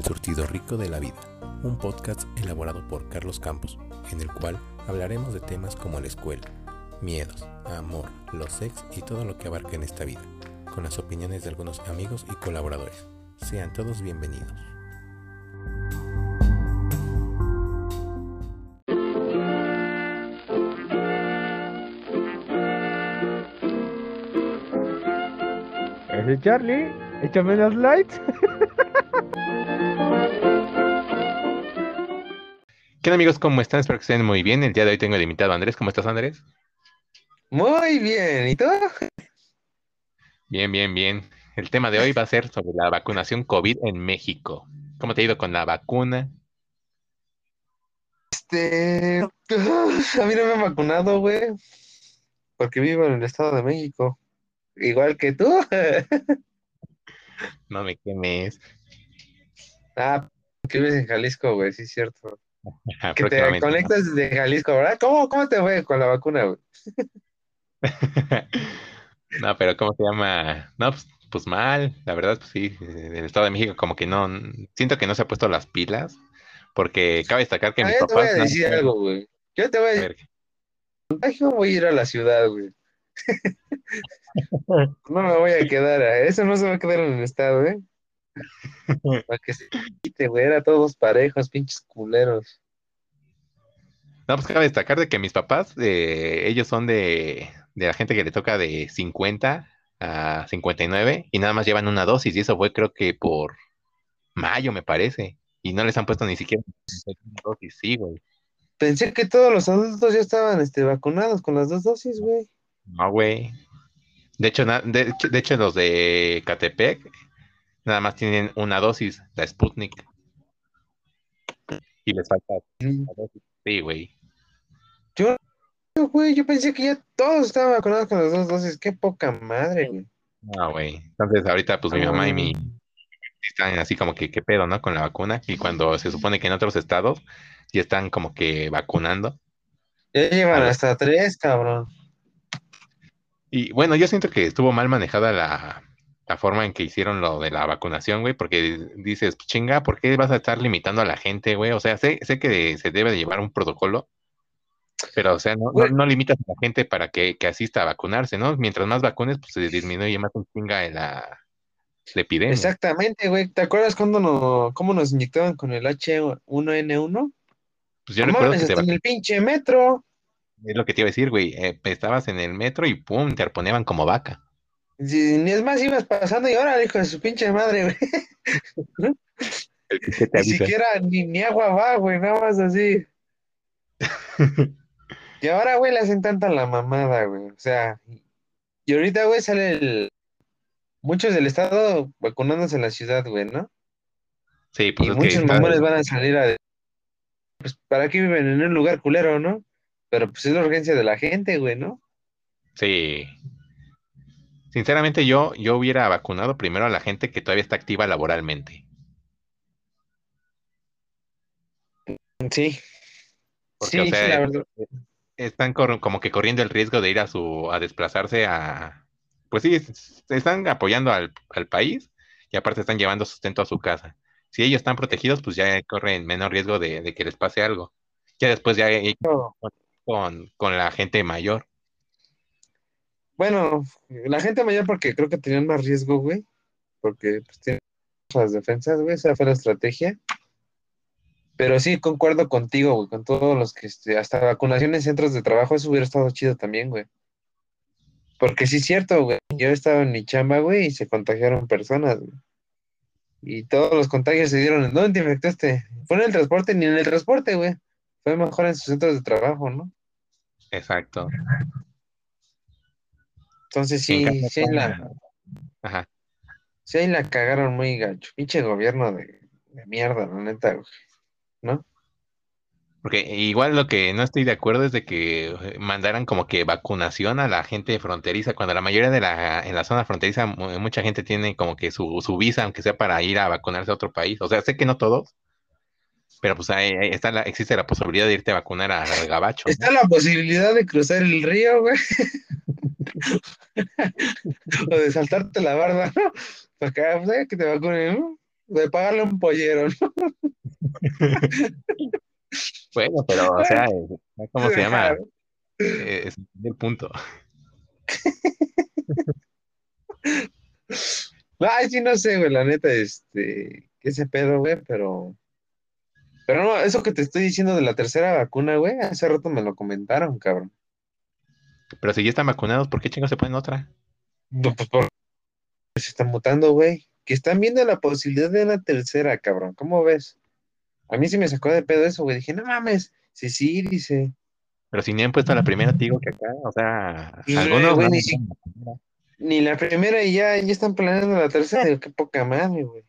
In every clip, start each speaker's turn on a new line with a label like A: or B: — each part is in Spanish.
A: surtido rico de la vida, un podcast elaborado por Carlos Campos, en el cual hablaremos de temas como la escuela, miedos, amor, los ex y todo lo que abarca en esta vida, con las opiniones de algunos amigos y colaboradores. Sean todos bienvenidos.
B: Ese Charlie, échame las lights.
A: ¿Qué tal, amigos? ¿Cómo están? Espero que estén muy bien. El día de hoy tengo de invitado a Andrés. ¿Cómo estás, Andrés?
C: Muy bien, ¿y tú?
A: Bien, bien, bien. El tema de hoy va a ser sobre la vacunación COVID en México. ¿Cómo te ha ido con la vacuna?
C: A mí no me han vacunado, güey, porque vivo en el Estado de México, igual que tú.
A: No me quemes.
C: Ah, que vives en Jalisco, güey, sí es cierto. Que te
A: Próximamente, ¿no?
C: conectas desde Jalisco, ¿verdad? ¿Cómo te fue con la vacuna, güey?
A: No, pero ¿cómo se llama? No, pues mal. La verdad, pues sí. El Estado de México como que no. Siento que no se ha puesto las pilas. Porque cabe destacar que
C: Ah,
A: mis
C: yo te voy a
A: papás, nada,
C: decir algo, güey. Yo te voy a
A: a
C: decir,
A: ver.
C: yo voy a ir a la ciudad, güey. No me voy a quedar, eso no se va a quedar en el Estado, ¿eh? Para que se quite, güey, era todos parejos, pinches culeros.
A: No, pues cabe destacar de que mis papás, ellos son de la gente que le toca de 50 a 59 y nada más llevan una dosis y eso fue creo que por mayo me parece y no les han puesto ni siquiera una dosis, sí, güey.
C: Pensé que todos los adultos ya estaban, vacunados con las dos dosis, güey.
A: No, güey. De hecho, los de Catepec nada más tienen una dosis, la Sputnik, y les falta una dosis. Sí, güey.
C: Yo, güey, yo pensé que ya todos estaban vacunados con las dos dosis. Qué poca madre, güey.
A: No, güey. Entonces ahorita pues mi mamá y
C: Ah,
A: mi están así como que qué pedo, ¿no? Con la vacuna. Y cuando se supone que en otros estados ya están como que vacunando
C: ya
A: a
C: llevan
A: los...
C: hasta tres, cabrón.
A: Y bueno, yo siento que estuvo mal manejada la forma en que hicieron lo de la vacunación, güey, porque dices, "Pues, chinga, ¿por qué vas a estar limitando a la gente, güey? O sea, sé que se debe de llevar un protocolo, pero, o sea,
C: Güey,
A: no limitas a la gente para que asista a vacunarse, ¿no? Mientras más vacunes, pues se disminuye más un chinga en la epidemia.
C: exactamente, güey. ¿Te acuerdas cuando cómo nos inyectaban con el H1N1?
A: Pues yo
C: No
A: recuerdo
C: mames,
A: que
C: hasta en el pinche metro.
A: es lo que te iba a decir, güey, estabas en el metro y pum, te arponeaban como vaca.
C: Ni es más, ibas pasando y ahora, hijo de su pinche madre, güey.
A: El que te
C: Ni
A: avisa.
C: siquiera, ni agua va, güey, nada más así. Y ahora, güey, le hacen tanta la mamada, güey. O sea, y ahorita, güey, muchos del estado vacunándose en la ciudad, güey, ¿no?
A: Sí, pues
C: Y
A: es que
C: muchos
A: está,
C: mamones van a salir pues, ¿para qué viven en un lugar culero, no? Pero pues es la urgencia de la gente, güey, ¿no?
A: sí. Sinceramente yo hubiera vacunado primero a la gente que todavía está activa laboralmente.
C: Sí,
A: Porque, o
C: sí,
A: sea,
C: la verdad.
A: están como que corriendo el riesgo de ir a desplazarse pues sí, están apoyando al país y aparte están llevando sustento a su casa. Si ellos están protegidos, pues ya corren menor riesgo de que les pase algo. Ya después ya
C: No.
A: con la gente mayor.
C: Bueno, la gente mayor porque creo que tenían más riesgo, güey, porque pues tienen las defensas, güey, esa fue la estrategia. Pero sí, concuerdo contigo, güey, con todos los que, hasta vacunación en centros de trabajo, eso hubiera estado chido también, güey. Porque sí es cierto, güey, yo estaba en mi chamba, güey, y se contagiaron personas, güey. Y todos los contagios se dieron, ¿dónde te infectaste? Fue en el transporte, ni en el transporte, güey. Fue mejor en sus centros de trabajo, ¿no?
A: Exacto.
C: Entonces
A: En
C: sí,
A: casa están. Ajá.
C: sí ahí la cagaron muy gacho. Pinche gobierno de mierda, la neta, güey, ¿no?
A: Porque igual lo que no estoy de acuerdo es de que mandaran como que vacunación a la gente fronteriza, cuando la mayoría en la zona fronteriza mucha gente tiene como que su visa, aunque sea para ir a vacunarse a otro país. O sea, sé que no todos, pero pues ahí está existe la posibilidad de irte a vacunar al gabacho, ¿no?
C: Está la posibilidad de cruzar el río, güey, o de saltarte la barda, ¿no? Para acá, pues, que te vacunen, ¿no? De pagarle un pollero, ¿no?
A: Bueno, pero, o sea, ¿cómo se
C: Ajá.
A: llama? Es el punto.
C: Ay, sí, no sé, güey, la neta, qué ese pedo, güey, pero no, eso que te estoy diciendo de la tercera vacuna, güey, hace rato me lo comentaron, cabrón.
A: Pero si ya están vacunados, ¿por qué chingos se ponen otra?
C: No, pues porque se está mutando, güey, que están viendo la posibilidad de una tercera, cabrón, ¿cómo ves? A mí sí me sacó de pedo eso, güey, dije, no mames, sí, sí, dice,
A: Pero si ni han puesto la primera, te digo que acá, o sea, algunos
C: güey,
A: no.
C: ni la primera y ya están planeando la tercera, digo, qué poca madre, güey.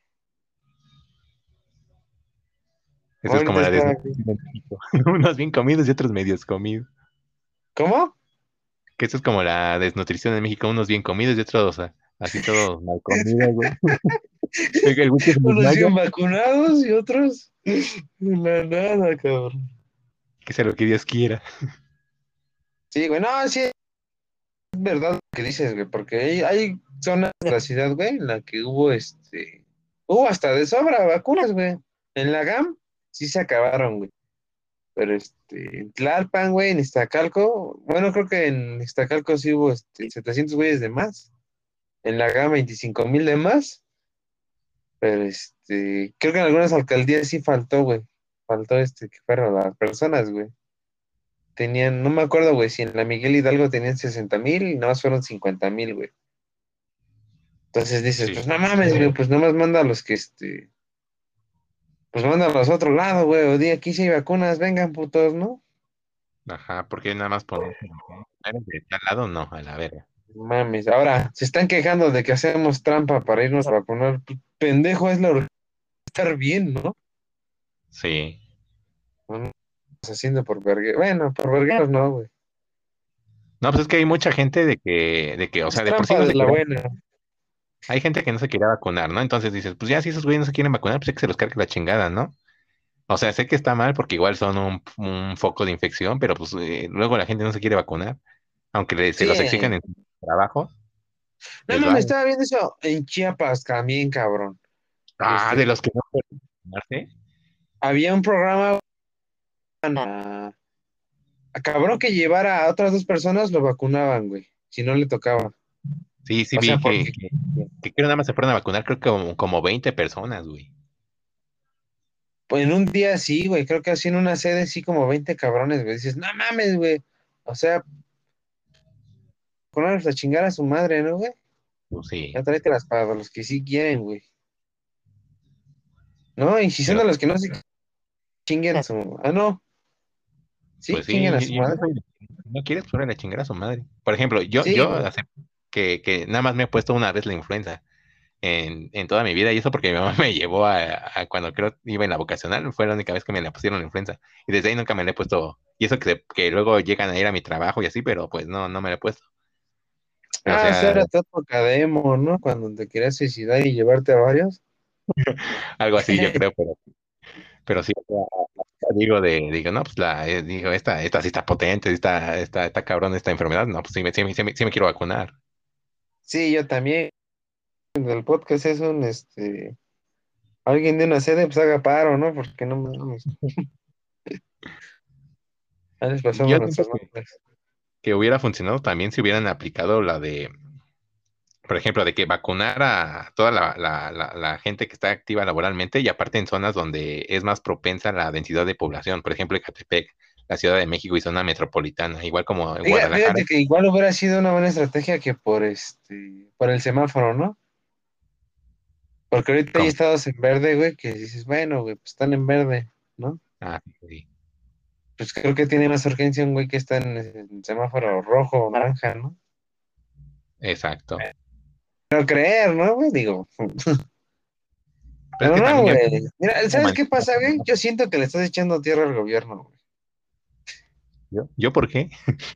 A: Eso es como
C: Ahorita
A: la
C: está,
A: desnutrición en México. Unos bien comidos y otros medios comidos.
C: ¿cómo?
A: Que eso es como la desnutrición en México, unos bien comidos y otros así todos mal comidos, güey. El güey que se
C: Unos
A: desmaya,
C: siguen vacunados y otros, la nada, cabrón.
A: que sea lo que Dios quiera.
C: Sí, güey, no, sí, es verdad lo que dices, güey, porque hay zonas de la ciudad, güey, en la que hubo hasta de sobra vacunas, güey. En la GAM sí se acabaron, güey. Pero en Tlalpan, güey, en Iztacalco, bueno, creo que en Iztacalco sí hubo 700 güeyes de más. En la GAM 25,000 de más. Pero creo que en algunas alcaldías sí faltó, güey. Faltó que fueron las personas, güey. Tenían, no me acuerdo, güey, si en la Miguel Hidalgo tenían 60,000 y nada más fueron 50,000, güey. Entonces dices, pues
A: Sí.
C: no mames, güey, pues nada más manda a los que pues manda a los otros lados, güey, o di aquí sí hay vacunas, vengan putos, ¿no?
A: Ajá, porque nada más poner de tal lado, no, a la verga.
C: No mames, ahora se están quejando de que hacemos trampa para irnos a vacunar. Pues, pendejo es la urgencia de estar bien, ¿no?
A: Sí.
C: No no estás haciendo por vergueros. Bueno, por vergueros no, güey.
A: No, pues es que hay mucha gente de que, o
C: Es
A: sea, de por sí
C: trampa
A: no
C: de
A: se
C: la
A: quiere.
C: buena.
A: Hay gente que no se quiere vacunar, ¿no? Entonces dices, pues ya si esos güeyes no se quieren vacunar, pues hay que se los cargue la chingada, ¿no? O sea, sé que está mal porque igual son un foco de infección, pero pues luego la gente no se quiere vacunar, aunque se
C: Sí,
A: los exijan en su trabajo,
C: no
A: les
C: mames,
A: vale.
C: estaba viendo eso en Chiapas también, cabrón.
A: Ah, de los que no pueden vacunarse.
C: Había un programa a cabrón que llevara a otras dos personas lo vacunaban, güey, si no le tocaba.
A: Sí, sí
C: O sea,
A: vi
C: porque
A: que creo nada más se fueron a vacunar, creo que como 20 personas, güey.
C: pues, en un día sí, güey, creo que así en una sede sí como 20 cabrones, güey. Dices, no mames, güey. O sea, ponerlos a chingar a su madre, ¿no, güey?
A: Pues
C: Ya
A: sí,
C: tráetelas para los que sí quieren, güey. ¿No? Y si son
A: pero
C: de los que no se chinguen a su... Ah, no. Sí,
A: pues
C: chinguen
A: sí,
C: a
A: yo,
C: su
A: yo
C: madre.
A: soy si no quieres, pues la chingada a su madre. Por ejemplo, yo,
C: Sí,
A: yo
C: güey.
A: acepto que nada más me he puesto una vez la influenza en toda mi vida, y eso porque mi mamá me llevó a cuando creo iba en la vocacional, fue la única vez que me la pusieron la influenza. Y desde ahí nunca me la he puesto. Y eso que luego llegan a ir a mi trabajo y así, pero pues no, no me la he puesto. Pero o
C: Ah, o sea,
A: sea,
C: era tu época de emo, ¿no? Cuando te querías suicidar y llevarte a varios.
A: algo así yo creo, pero sí, o sea, digo, no, pues digo, esta sí está potente, sí está cabrón esta enfermedad, no, pues sí me quiero vacunar.
C: Sí, yo también. El podcast es alguien de una sede, pues haga paro, ¿no? Porque no mames. Ahí les pasamos
A: Yo siento
C: nuestros nombres.
A: que hubiera funcionado también si hubieran aplicado por ejemplo, de que vacunar a toda la gente que está activa laboralmente y aparte en zonas donde es más propensa la densidad de población, por ejemplo, Ecatepec, la Ciudad de México y zona metropolitana, igual como en Guadalajara.
C: Fíjate que igual hubiera sido una buena estrategia que por el semáforo, ¿no? Porque ahorita hay
A: Como,
C: estados en verde, güey, que dices, bueno, güey, pues están en verde, ¿no?
A: sí, sí,
C: Pues creo que tiene más urgencia un güey que está en semáforo rojo o naranja, ¿no?
A: exacto.
C: No creer, ¿no, güey? Digo,
A: Pero es
C: pero
A: que
C: no,
A: también yo
C: güey. Mira,
A: no
C: ¿sabes qué
A: manejo.
C: pasa, güey? Yo siento que le estás echando tierra al gobierno, güey.
A: ¿Yo por qué?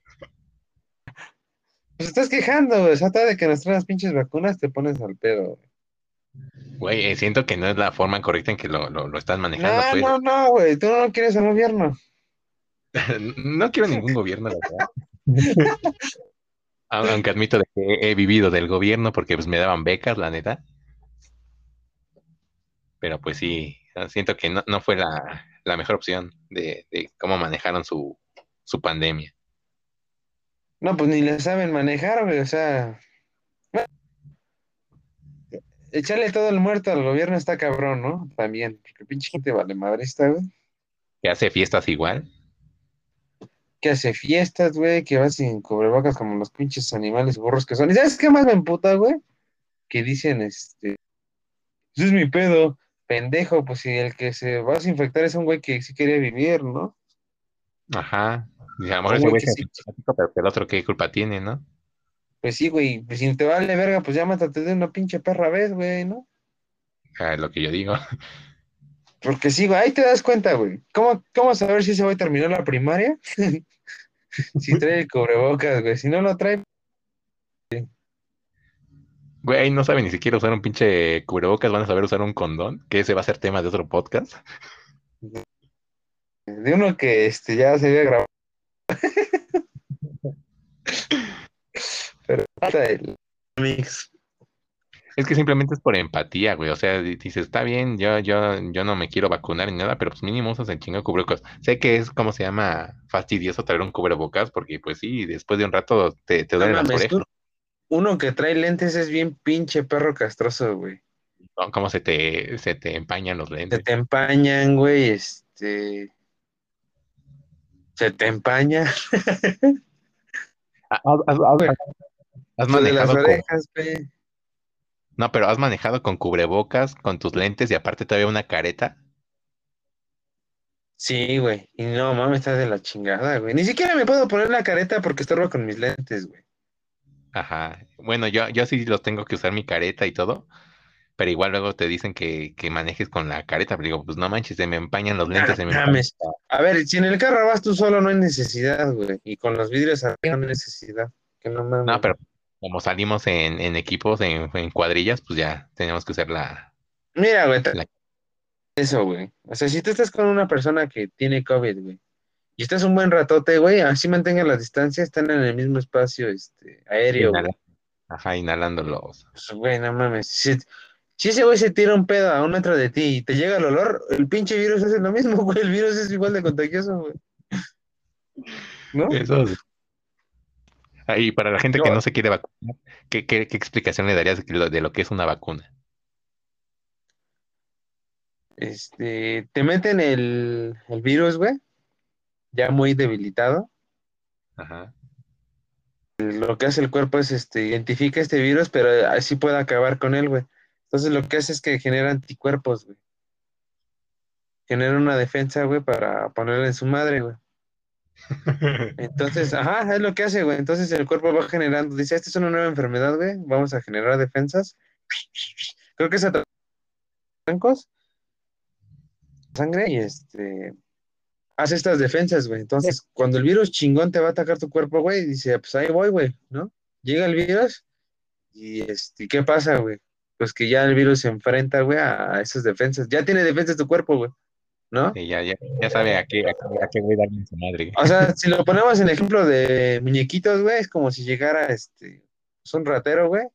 C: Pues estás quejando, güey. O sea, de que nos traen las pinches vacunas, te pones al pedo, güey.
A: Güey, siento que no es la forma correcta en que lo están manejando,
C: No,
A: pues.
C: no, no, güey. Tú no quieres al gobierno.
A: No quiero ningún gobierno, la verdad. Aunque admito de que he vivido del gobierno porque pues me daban becas, la neta. pero pues sí, siento que no fue la mejor opción de cómo manejaron su pandemia.
C: No, pues ni le saben manejar, güey, o sea, echarle todo el muerto al gobierno está cabrón, ¿no? También, porque pinche gente vale madrista, güey.
A: Que hace fiestas igual.
C: Que hace fiestas, güey, que va sin cubrebocas como los pinches animales burros que son. ¿Y sabes qué más me emputa, güey? Que dicen, eso es mi pedo, pendejo, pues si el que se va a desinfectar es un güey que sí quería vivir, ¿no?
A: Ajá. Y a lo mejor
C: Un
A: ese
C: güey
A: güey
C: que
A: es
C: sí,
A: asintomático, pero que el otro qué culpa tiene, ¿no?
C: pues sí, güey, pues si te vale verga, pues ya mátate de una pinche perra vez, güey, ¿no?
A: Ah, lo que yo digo.
C: Porque sí, güey, ahí te das cuenta, güey. ¿Cómo saber si ese güey terminó la primaria? Si trae el cubrebocas, güey. Si no lo trae,
A: Güey, no saben ni siquiera usar un pinche cubrebocas, van a saber usar un condón, que ese va a ser tema de otro podcast.
C: de uno que ya se había grabado, pero falta el mix.
A: Es que simplemente es por empatía, güey. O sea, dices, está bien, yo no me quiero vacunar ni nada, pero pues mínimo usas el chingo de cubrebocas. Sé que es, ¿cómo se llama? Fastidioso traer un cubrebocas, porque pues sí, después de un rato te
C: No
A: duelen las
C: mames,
A: orejas.
C: uno que trae lentes es bien pinche perro castroso, güey.
A: ¿No? Cómo se te empañan los
C: Se
A: lentes.
C: te empañan, güey, se te empaña.
A: Has
C: Lo de las
A: manejado con...
C: orejas, güey.
A: No, pero has manejado con cubrebocas, con tus lentes y aparte todavía una careta.
C: Sí, güey. Y no, mames, está de la chingada, güey. Ni siquiera me puedo poner la careta porque estorbo con mis lentes, güey.
A: Ajá. Bueno, yo sí los tengo que usar mi careta y todo, pero igual luego te dicen que manejes con la careta, pero digo, pues no manches, se me empañan los lentes,
C: Ah,
A: se me empañan.
C: mames. A ver, si en el carro vas tú solo, no hay necesidad, güey. Y con los vidrios arriba no hay necesidad. Que no
A: No,
C: mames.
A: pero como salimos en equipos, en cuadrillas, pues ya tenemos que usar
C: Mira, güey,
A: la...
C: eso, güey. O sea, si tú estás con una persona que tiene COVID, güey, y estás un buen ratote, güey, así mantengan la distancia, están en el mismo espacio, aéreo, güey.
A: Ajá, inhalándolos.
C: Pues, güey, no mames. Si ese güey se tira un pedo a un metro de ti y te llega el olor, el pinche virus hace lo mismo, güey. El virus es igual de contagioso, güey. ¿No?
A: Eso sí. Ah, y para la gente que
C: Yo,
A: no se quiere vacunar, ¿qué explicación le darías de lo que es una vacuna?
C: te meten el virus, güey, ya muy debilitado.
A: Ajá.
C: Lo que hace el cuerpo es, identifica este virus, pero así puede acabar con él, güey. Entonces lo que hace es que genera anticuerpos, güey. Genera una defensa, güey, para ponerle en su madre, güey. Entonces, ajá, es lo que hace, güey. Entonces el cuerpo va generando, dice, esta es una nueva enfermedad, güey, vamos a generar defensas. Creo que es a través de blancos, sangre, y hace estas defensas, güey. Entonces, cuando el virus chingón te va a atacar tu cuerpo, güey, dice, pues ahí voy, güey, ¿no? Llega el virus y, ¿qué pasa, güey? Pues que ya el virus se enfrenta, güey, a esas defensas. Ya tiene defensas tu cuerpo, güey, ¿no?
A: Sí, ya sabe a qué voy a darle en su madre.
C: O sea, si lo ponemos en ejemplo de muñequitos, güey, es como si llegara, pues, un ratero, güey,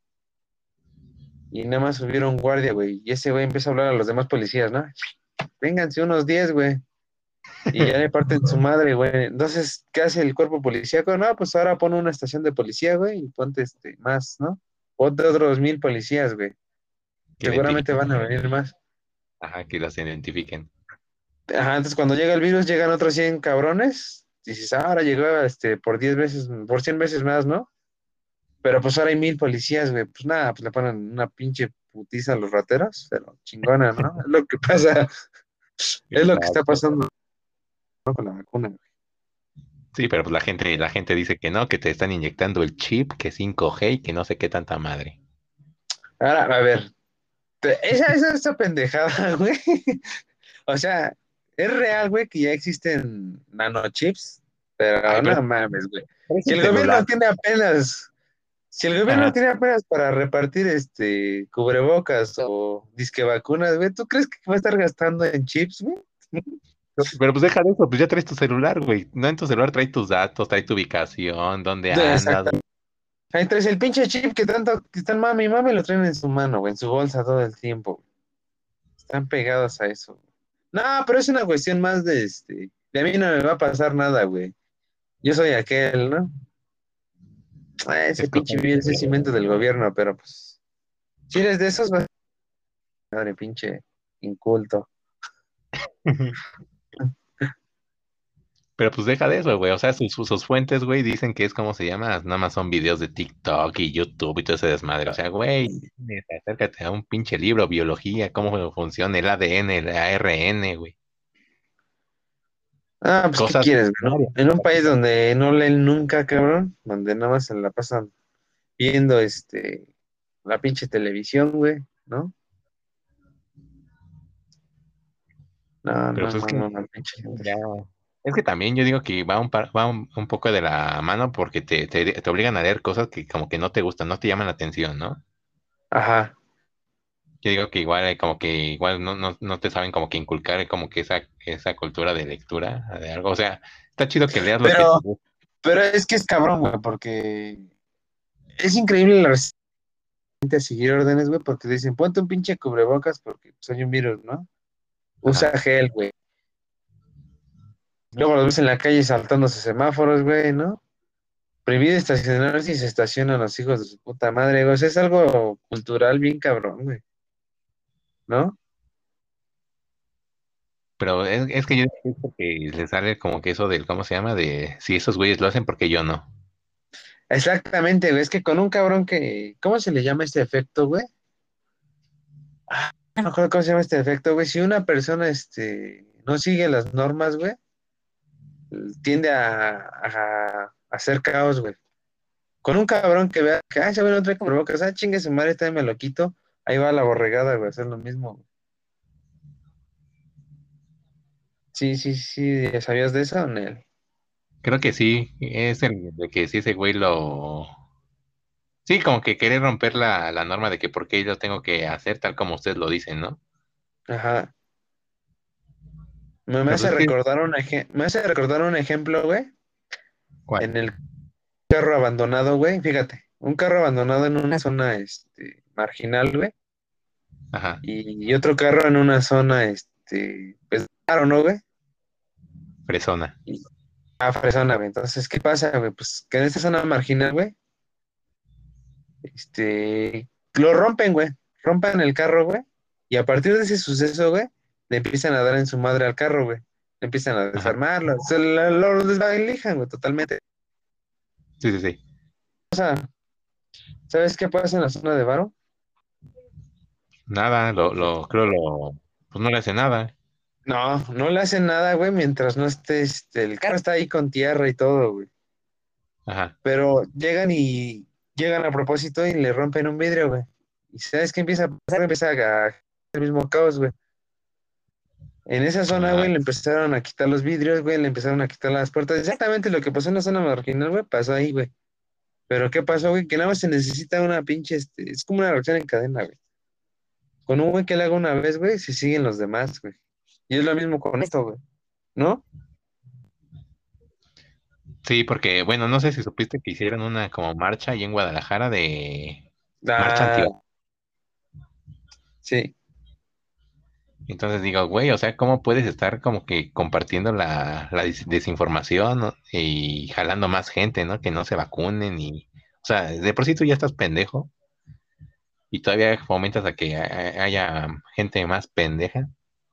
C: y nada más hubiera un guardia, güey, y ese güey empieza a hablar a los demás policías, ¿no? Vénganse unos 10, güey. Y ya le parten su madre, güey. Entonces, ¿qué hace el cuerpo policíaco? No, pues ahora pone una estación de policía, güey, y ponte más, ¿no? Ponte otros 1000 policías, güey.
A: Que
C: Seguramente
A: identifiquen.
C: van a venir más.
A: Ajá, que los identifiquen.
C: Ajá, entonces cuando llega el virus, llegan otros 100 cabrones. Dices, ahora llegó por 10 veces, por 100 veces más, ¿no? Pero pues ahora hay 1000 policías, güey. Pues nada, pues le ponen una pinche putiza a los rateros, pero chingona, ¿no? Es lo que pasa, es lo que está
A: Exacto.
C: pasando, ¿no? Con la vacuna.
A: Sí, pero pues la gente dice que no, que te están inyectando el chip, que 5G y que no sé qué tanta madre.
C: Ahora, a ver, esa pendejada, güey. O sea, es real, güey, que ya existen nanochips,
A: Ay,
C: pero
A: pero
C: no mames, güey.
A: es
C: Si
A: un
C: el
A: celular.
C: gobierno tiene apenas, si el gobierno
A: Ajá.
C: tiene apenas para repartir cubrebocas o disque vacunas, güey, ¿tú crees que va a estar gastando en chips, güey?
A: Pero pues deja de eso, pues ya traes tu celular, güey. No en tu celular trae tus datos, trae tu ubicación, dónde andas.
C: Exacto. Ahí traes el pinche chip que tanto que están mami y mami lo traen en su mano, güey, en su bolsa todo el tiempo. están pegados a eso. No, pero es una cuestión más de a mí no me va a pasar nada, güey. Yo soy aquel, ¿no? Ese
A: Es
C: pinche
A: cosa.
C: bien, ese cimiento del gobierno, pero pues, si eres de esos, vas madre pinche inculto.
A: Pero pues deja de eso, güey. O sea, sus fuentes, güey, dicen que es como se llama, nada más son videos de TikTok y YouTube y todo ese desmadre. O sea, güey, acércate a un pinche libro, biología, cómo funciona el ADN, el ARN, güey.
C: Ah, pues, ¿qué
A: Cosas
C: quieres, güey, no?
A: primarias.
C: En un país donde no leen nunca, cabrón, donde nada más se la pasan viendo, la pinche televisión, güey, ¿no? No,
A: Pero
C: no,
A: pues es
C: no,
A: que
C: no, no, pinche gente.
A: ya. Es que también yo digo que va un poco de la mano porque te obligan a leer cosas que como que no te gustan, no te llaman la atención, ¿no?
C: Ajá.
A: Yo digo que igual, como que igual no te saben como que inculcar como que esa cultura de lectura de algo. O sea, está chido que leas lo que te
C: Pero,
A: gusta.
C: pero es que es cabrón, güey, porque es increíble la resistencia a seguir órdenes, güey, porque dicen, ponte un pinche cubrebocas porque soy un virus, ¿no? Usa
A: Ajá.
C: gel, güey. Luego los ves en la calle saltándose semáforos, güey, ¿no? Prohibido estacionar si se estacionan los hijos de su puta madre, güey. O sea, es algo cultural bien cabrón, güey, ¿no?
A: Pero es que yo creo que le sale como que eso del, ¿cómo se llama? De si esos güeyes lo hacen, porque yo no?
C: Exactamente, güey. Es que con un cabrón ¿cómo se le llama este efecto, güey? No me acuerdo cómo se llama este efecto, güey. Si una persona, no sigue las normas, güey, tiende a hacer caos, güey. Con un cabrón que vea que, ese güey no trae cubrebocas, chingue su madre, también me lo quito. Ahí va la borregada, güey, a hacer lo mismo, güey. Sí, sí, sí, ¿sabías de eso, Nel?
A: Creo que sí, es el de que si ese güey lo... Sí, como que querer romper la norma de que por qué yo tengo que hacer tal como ustedes lo dicen, ¿no?
C: Ajá. Me
A: Pero
C: hace
A: pues es que...
C: recordar me hace recordar un ejemplo, güey,
A: ¿Cuál?
C: en el carro abandonado, güey. Fíjate, un carro abandonado en una zona, marginal, güey,
A: Ajá,
C: y otro carro en una zona, pues, claro, ¿no, güey?
A: fresona.
C: Y, fresona, güey. Entonces, ¿qué pasa, güey? Pues que en esta zona marginal, güey, lo rompen, güey. Rompen el carro, güey. Y a partir de ese suceso, güey, le empiezan a dar en su madre al carro, güey. Le empiezan a
A: Ajá,
C: desarmarlo. Lo desvalijan, güey, totalmente.
A: sí, sí, sí.
C: O sea, ¿sabes qué pasa en la zona de Varo?
A: Nada, creo pues no le hace nada.
C: No, no le hacen nada, güey, mientras no esté, el carro está ahí con tierra y todo, güey.
A: Ajá,
C: Pero llegan a propósito y le rompen un vidrio, güey. ¿Y sabes qué empieza a pasar? Empieza a el mismo caos, güey. En esa zona,
A: ajá.
C: güey, le empezaron a quitar los vidrios, güey, le empezaron a quitar las puertas. Exactamente lo que pasó en la zona marginal, güey, pasó ahí, güey. Pero ¿qué pasó, güey? Que nada más se necesita una pinche, es como una reacción en cadena, güey. Con un güey que le haga una vez, güey, se siguen los demás, güey. Y es lo mismo con esto, güey, ¿no?
A: Sí, porque, bueno, no sé si supiste que hicieron una como marcha ahí en Guadalajara de marcha anti.
C: Ah, sí.
A: Entonces digo, güey, o sea, ¿cómo puedes estar como que compartiendo la desinformación, ¿no? Y jalando más gente, ¿no? Que no se vacunen y, o sea, de por sí tú ya estás pendejo y todavía fomentas a que haya gente más pendeja.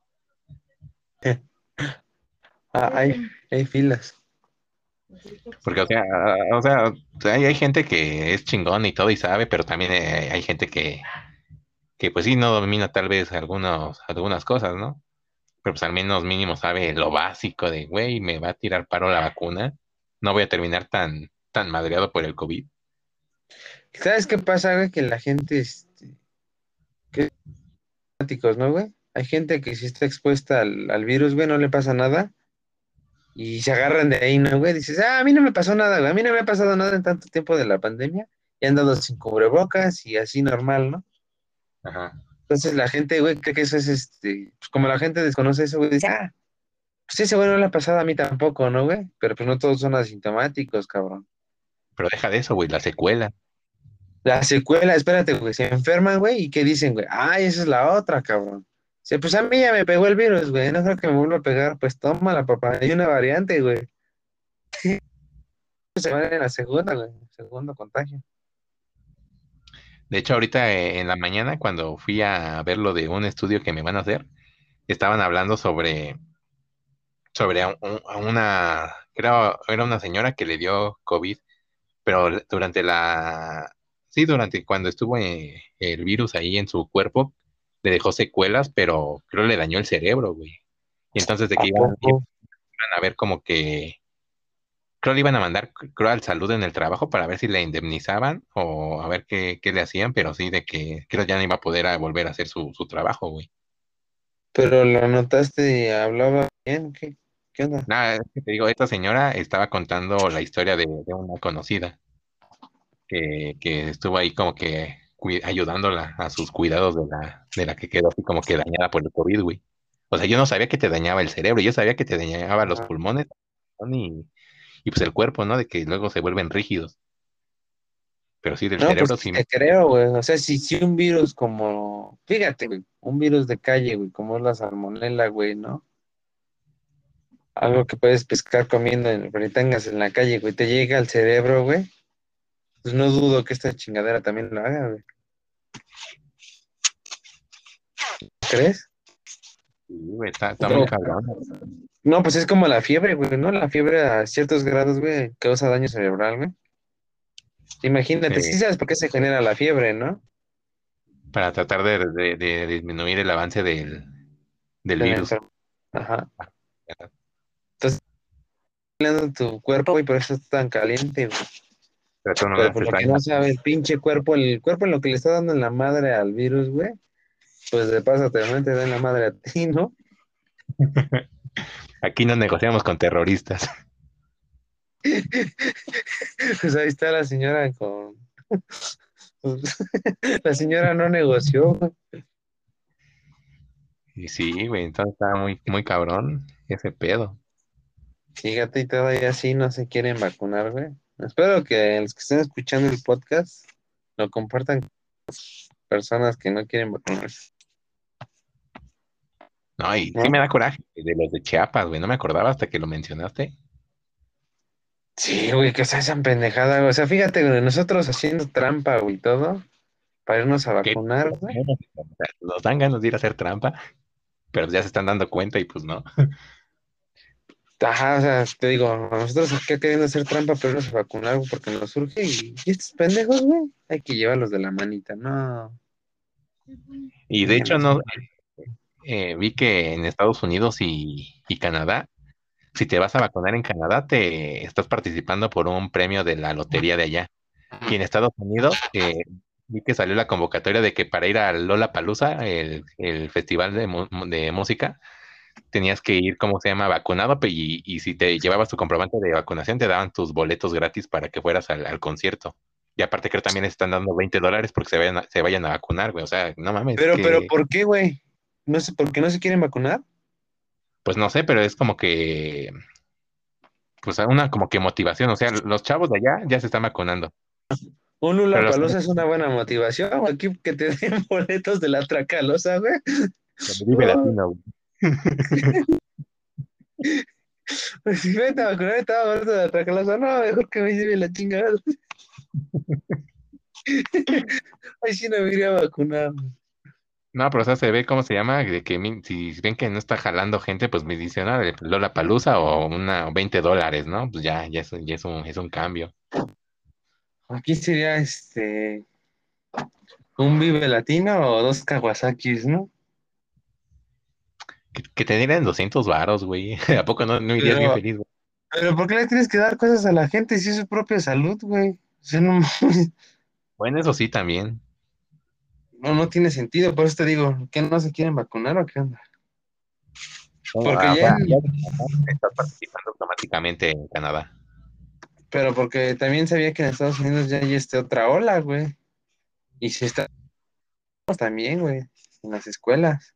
C: Hay filas.
A: Porque, hay gente que es chingón y todo y sabe, pero también hay gente que pues sí no domina tal vez algunas cosas, ¿no? Pero pues al menos mínimo sabe lo básico de, güey, me va a tirar paro la vacuna, no voy a terminar tan madreado por el COVID.
C: ¿Sabes qué pasa, güey? Que la gente, que fanáticos, ¿no, güey? Hay gente que si está expuesta al virus, güey, no le pasa nada y se agarran de ahí, ¿no, güey? Dices, a mí no me pasó nada, güey, a mí no me ha pasado nada en tanto tiempo de la pandemia y he andado sin cubrebocas y así normal, ¿no?
A: Ajá.
C: Entonces la gente, güey, cree que eso es, pues como la gente desconoce eso, güey, dice, pues ese güey no le ha pasado a mí tampoco, ¿no, güey? Pero pues no todos son asintomáticos, cabrón.
A: Pero deja de eso, güey, la secuela.
C: La secuela, espérate, güey, se enferman, güey, ¿y qué dicen, güey? Ay, esa es la otra, cabrón. Sí, pues a mí ya me pegó el virus, güey. No creo que me vuelva a pegar. Pues tómala, papá. Hay una variante, güey. Se va en la segunda, güey. Segundo contagio.
A: De hecho, ahorita en la mañana, cuando fui a ver lo de un estudio que me van a hacer, estaban hablando sobre a una, creo, era una señora que le dio COVID, pero durante cuando estuvo el virus ahí en su cuerpo, le dejó secuelas, pero creo le dañó el cerebro, güey. Y entonces de
C: ¿A
A: que
C: poco?
A: iban a ver como que, creo le iban a mandar, creo al salud en el trabajo para ver si le indemnizaban o a ver qué le hacían, pero sí de que creo ya no iba a poder volver a hacer su trabajo, güey.
C: Pero lo notaste y hablaba bien. ¿Qué onda?
A: Nada, es que te digo, esta señora estaba contando la historia de una conocida que estuvo ahí como que ayudándola a sus cuidados de la que quedó así como que dañada por el COVID, güey. O sea, yo no sabía que te dañaba el cerebro, yo sabía que te dañaba los
C: Ajá.
A: pulmones y pues el cuerpo, ¿no? De que luego se vuelven rígidos. Pero sí, del
C: No, pues
A: cerebro
C: sí
A: sí me...
C: te creo, güey. O sea, si un virus como, fíjate, güey, un virus de calle, güey, como es la salmonela, güey, ¿no? Algo que puedes pescar comiendo en fritangas en la calle, güey, te llega al cerebro, güey. Pues no dudo que esta chingadera también lo haga, güey. ¿Crees?
A: Sí, güey, está muy
C: Pero,
A: cabrón.
C: no, pues es como la fiebre, güey, ¿no? La fiebre a ciertos grados, güey, causa daño cerebral, güey. Imagínate,
A: eh,
C: sí sabes por qué se genera la fiebre, ¿no?
A: para tratar de disminuir el avance del
C: De la
A: virus.
C: enfermedad. Ajá. Entonces, peleando tu cuerpo, güey, por eso está tan caliente, güey.
A: Pero de todas
C: Pero
A: maneras
C: por
A: te
C: lo
A: está...
C: que no sabe el pinche cuerpo, el cuerpo en lo que le está dando en la madre al virus, güey, pues de paso también te da en la madre a ti, ¿no?
A: Aquí no negociamos con terroristas.
C: Pues ahí está la señora con... La señora no negoció, güey.
A: Y sí, güey, entonces está muy, muy cabrón ese pedo.
C: Fíjate, y todavía así no se quieren vacunar, güey. Espero que los que estén escuchando el podcast lo compartan con personas que no quieren vacunarse,
A: No, y sí me
C: ¿no?
A: da coraje de los de Chiapas, güey, no me acordaba hasta que lo mencionaste.
C: Sí, güey, que se hacen pendejada, güey. O sea, fíjate, güey, nosotros haciendo trampa, güey, todo, para irnos a
A: Que
C: vacunar, güey.
A: nos dan ganas de ir a hacer trampa, pero ya se están dando cuenta y pues no.
C: Ajá, o sea, te digo, nosotros acá queriendo hacer trampa, pero irnos a vacunar, güey, porque nos surge y estos pendejos, güey, hay que llevarlos de la manita, no,
A: Y de hecho,
C: déjenos.
A: no, vi que en Estados Unidos y Canadá, si te vas a vacunar en Canadá, te estás participando por un premio de la lotería de allá. Y en Estados Unidos, vi que salió la convocatoria de que para ir al Lollapalooza, el festival de música, tenías que ir, ¿cómo se llama? Vacunado, y si te llevabas tu comprobante de vacunación, te daban tus boletos gratis para que fueras al concierto. Y aparte creo también están dando $20 porque se vayan a vacunar, güey. O sea, no mames,
C: Pero,
A: que,
C: ¿por qué, güey? No sé, ¿por qué no se quieren vacunar?
A: pues no sé, pero es como que, pues una como que motivación. O sea, los chavos de allá ya se están vacunando.
C: Un
A: Pero los que
C: Lollapalooza es una buena motivación, güey, aquí que te den boletos de la Tracalosa, güey.
A: donde vive
C: No,
A: latino, güey.
C: pues si vete a vacunar, estaba boletos de la Tracalosa, no, mejor que me lleve la chingada. Ay, sí, no me iría a vacunar.
A: No, pero o sea, se ve cómo se llama, de que si ven que no está jalando gente, pues me dicen, ah, Lollapalooza o $20, ¿no? Pues ya es un cambio.
C: Aquí sería un Vive Latino o dos Kawasakis, ¿no?
A: Que te dieran 200 varos, güey. ¿A poco no irías bien
C: Pero,
A: feliz, güey?
C: pero ¿por qué le tienes que dar cosas a la gente si es su propia salud, güey? O sea, no,
A: Bueno, eso sí también.
C: no tiene sentido, por eso te digo, ¿qué no se quieren vacunar o qué onda?
A: No,
C: Porque
A: o
C: ya
A: sea,
C: en,
A: ya estás participando automáticamente en Canadá.
C: pero porque también sabía que en Estados Unidos ya hay otra ola, güey. Y si está también, güey, en las escuelas.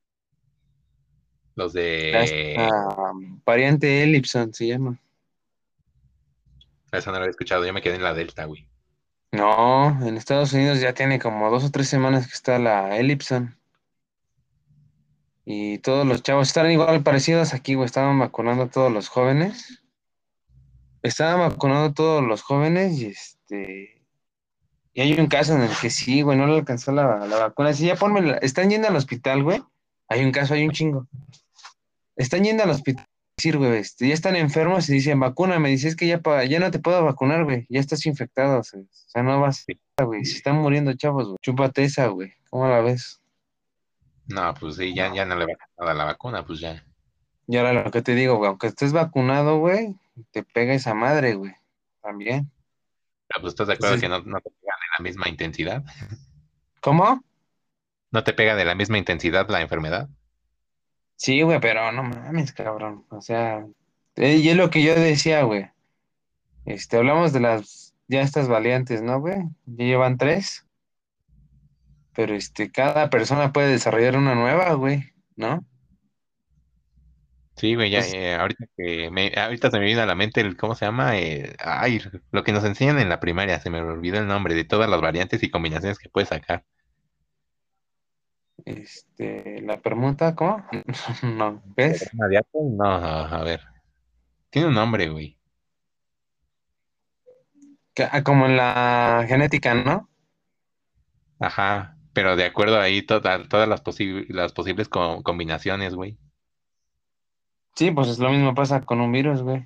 A: Los
C: La
A: de...
C: variante Ellipson se llama.
A: Eso no lo había escuchado, yo me quedé en la Delta, güey.
C: No, en Estados Unidos ya tiene como 2 o 3 semanas que está la Ellipson. Y todos los chavos están igual parecidos aquí, güey. Estaban vacunando a todos los jóvenes. Estaban vacunando a todos los jóvenes y hay un caso en el que sí, güey, no le alcanzó la vacuna. Sí, ya ponme, están yendo al hospital, güey. Hay un caso, hay un chingo. Están yendo al hospital, decir, güey, ya están enfermos y dicen, vacuna, me dice, es que ya no te puedo vacunar, güey, ya estás infectado, o sea, no vas,
A: Sí.
C: güey, se están muriendo chavos, güey, chúpate esa, güey, ¿cómo la ves?
A: No, pues sí, ya no le va a hacer nada a la vacuna, pues ya.
C: Y ahora lo que te digo, güey, aunque estés vacunado, güey, te pega esa madre, güey, también.
A: Pero pues estás de acuerdo
C: Entonces,
A: que no te pega de la misma intensidad.
C: ¿cómo?
A: No te pega de la misma intensidad la enfermedad.
C: Sí, güey, pero no mames, cabrón, o sea, y es lo que yo decía, güey, hablamos de ya estas variantes, ¿no, güey? Ya llevan tres. Pero cada persona puede desarrollar una nueva, güey, ¿no?
A: Sí, güey, ya,
C: Entonces,
A: ahorita se me viene a la mente ¿cómo se llama? Ay, lo que nos enseñan en la primaria, se me olvidó el nombre de todas las variantes y combinaciones que puedes sacar.
C: la permuta, ¿cómo? No, ¿ves?
A: ¿Diagrama de Atwood? No, a ver, tiene un nombre, güey.
C: Como en la genética, ¿no?
A: Ajá, pero de acuerdo ahí todas las posibles combinaciones, güey.
C: Sí, pues es lo mismo pasa con un virus, güey.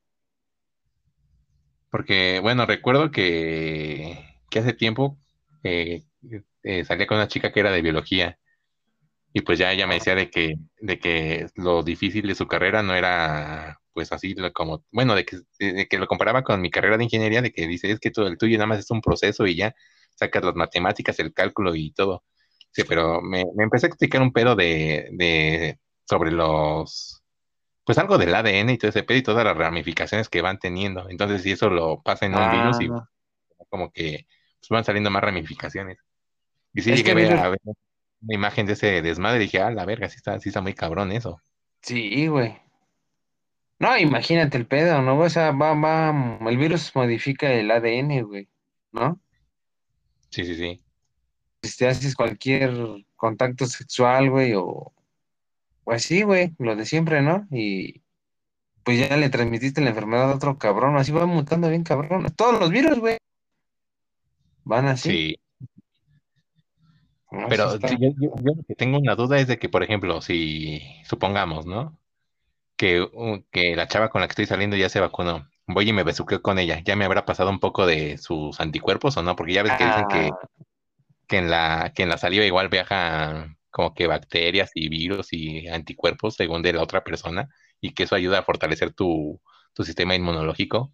A: Porque, bueno, recuerdo que hace tiempo eh, salía con una chica que era de biología y pues ya ella me decía de que lo difícil de su carrera no era pues así como, bueno, de que lo comparaba con mi carrera de ingeniería, de que dice, es que todo el tuyo nada más es un proceso y ya sacas las matemáticas, el cálculo y todo. Sí, pero me empecé a explicar un pedo sobre pues algo del ADN y todo ese pedo y todas las ramificaciones que van teniendo. Entonces, si eso lo pasa en un virus y
C: Ah,
A: como que pues, van saliendo más ramificaciones. Y sí
C: es
A: llegué
C: que
A: a ver,
C: virus,
A: una imagen de ese desmadre y dije, ah, la verga, sí está muy cabrón eso.
C: sí, güey. No, imagínate el pedo, ¿no? O sea, el virus modifica el ADN, güey, ¿no?
A: Sí, sí, sí.
C: Si te haces cualquier contacto sexual, güey, o así, güey, lo de siempre, ¿no? Y pues ya le transmitiste la enfermedad a otro cabrón, así va mutando bien cabrón. Todos los virus, güey, van así.
A: Sí.
C: No, sí
A: Pero sí,
C: está.
A: yo lo que tengo una duda es de que, por ejemplo, si supongamos, ¿no? Que la chava con la que estoy saliendo ya se vacunó. Voy y me besuqueo con ella. ¿Ya me habrá pasado un poco de sus anticuerpos o no? Porque ya ves que dicen que
C: Ah,
A: que en la saliva igual viajan como que bacterias y virus y anticuerpos según de la otra persona y que eso ayuda a fortalecer tu sistema inmunológico.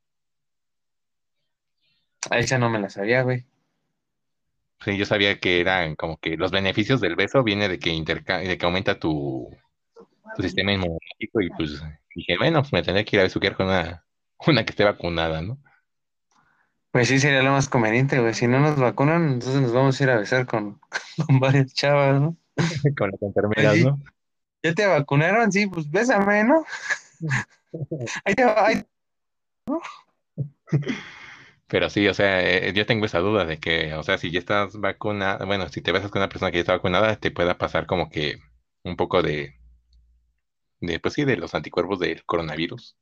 C: esa no me la sabía, güey.
A: Sí, yo sabía que eran como que los beneficios del beso viene de que aumenta tu sistema inmunológico y pues dije, bueno, pues me tendré que ir a besuquear con una que esté vacunada, ¿no?
C: Pues sí, sería lo más conveniente, güey. Si no nos vacunan, entonces nos vamos a ir a besar con varias chavas, ¿no?
A: Con las enfermeras,
C: Oye,
A: ¿no?
C: ¿ya te vacunaron? Sí, pues bésame, ¿no? Ahí te va,
A: Pero sí, o sea, yo tengo esa duda de que, o sea, si ya estás vacunada, bueno, si te besas con una persona que ya está vacunada, te pueda pasar como que un poco pues sí, de los anticuerpos del coronavirus.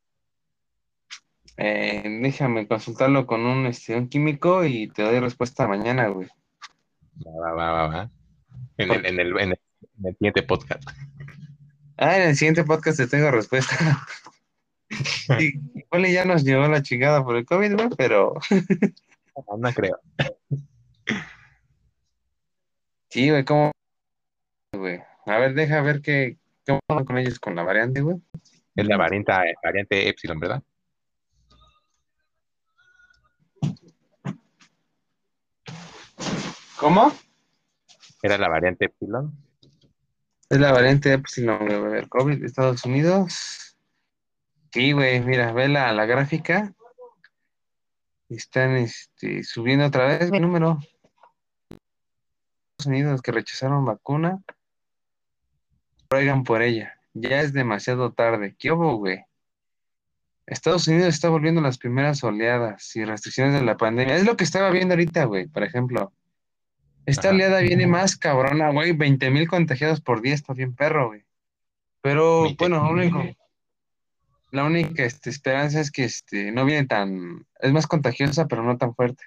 C: déjame consultarlo con un químico y te doy respuesta mañana, güey.
A: Va, va, va, va, va. En el,
C: Porque,
A: en el, en el, en el siguiente podcast.
C: en el siguiente podcast te tengo respuesta. Sí, igual y ya nos llegó la chingada por el COVID, güey, pero
A: No, no creo.
C: sí, güey, ¿cómo, güey? A ver, deja ver cómo van con ellos con la variante, güey.
A: Es la variante Epsilon, ¿verdad?
C: ¿Cómo?
A: Era la variante Epsilon.
C: Es la variante Epsilon, güey, a ver, COVID de Estados Unidos. Sí, güey, mira, ve la gráfica. Están subiendo otra vez el número de Estados Unidos que rechazaron vacuna. Ruegan por ella. Ya es demasiado tarde. ¿Qué hubo, güey? Estados Unidos está volviendo a las primeras oleadas y restricciones de la pandemia. Es lo que estaba viendo ahorita, güey, por ejemplo. Esta
A: Ajá,
C: oleada viene más cabrona, güey. 20,000 contagiados por día, está bien perro, güey. Pero
A: 20.
C: bueno, la única esperanza es que no viene es más contagiosa, pero no tan fuerte,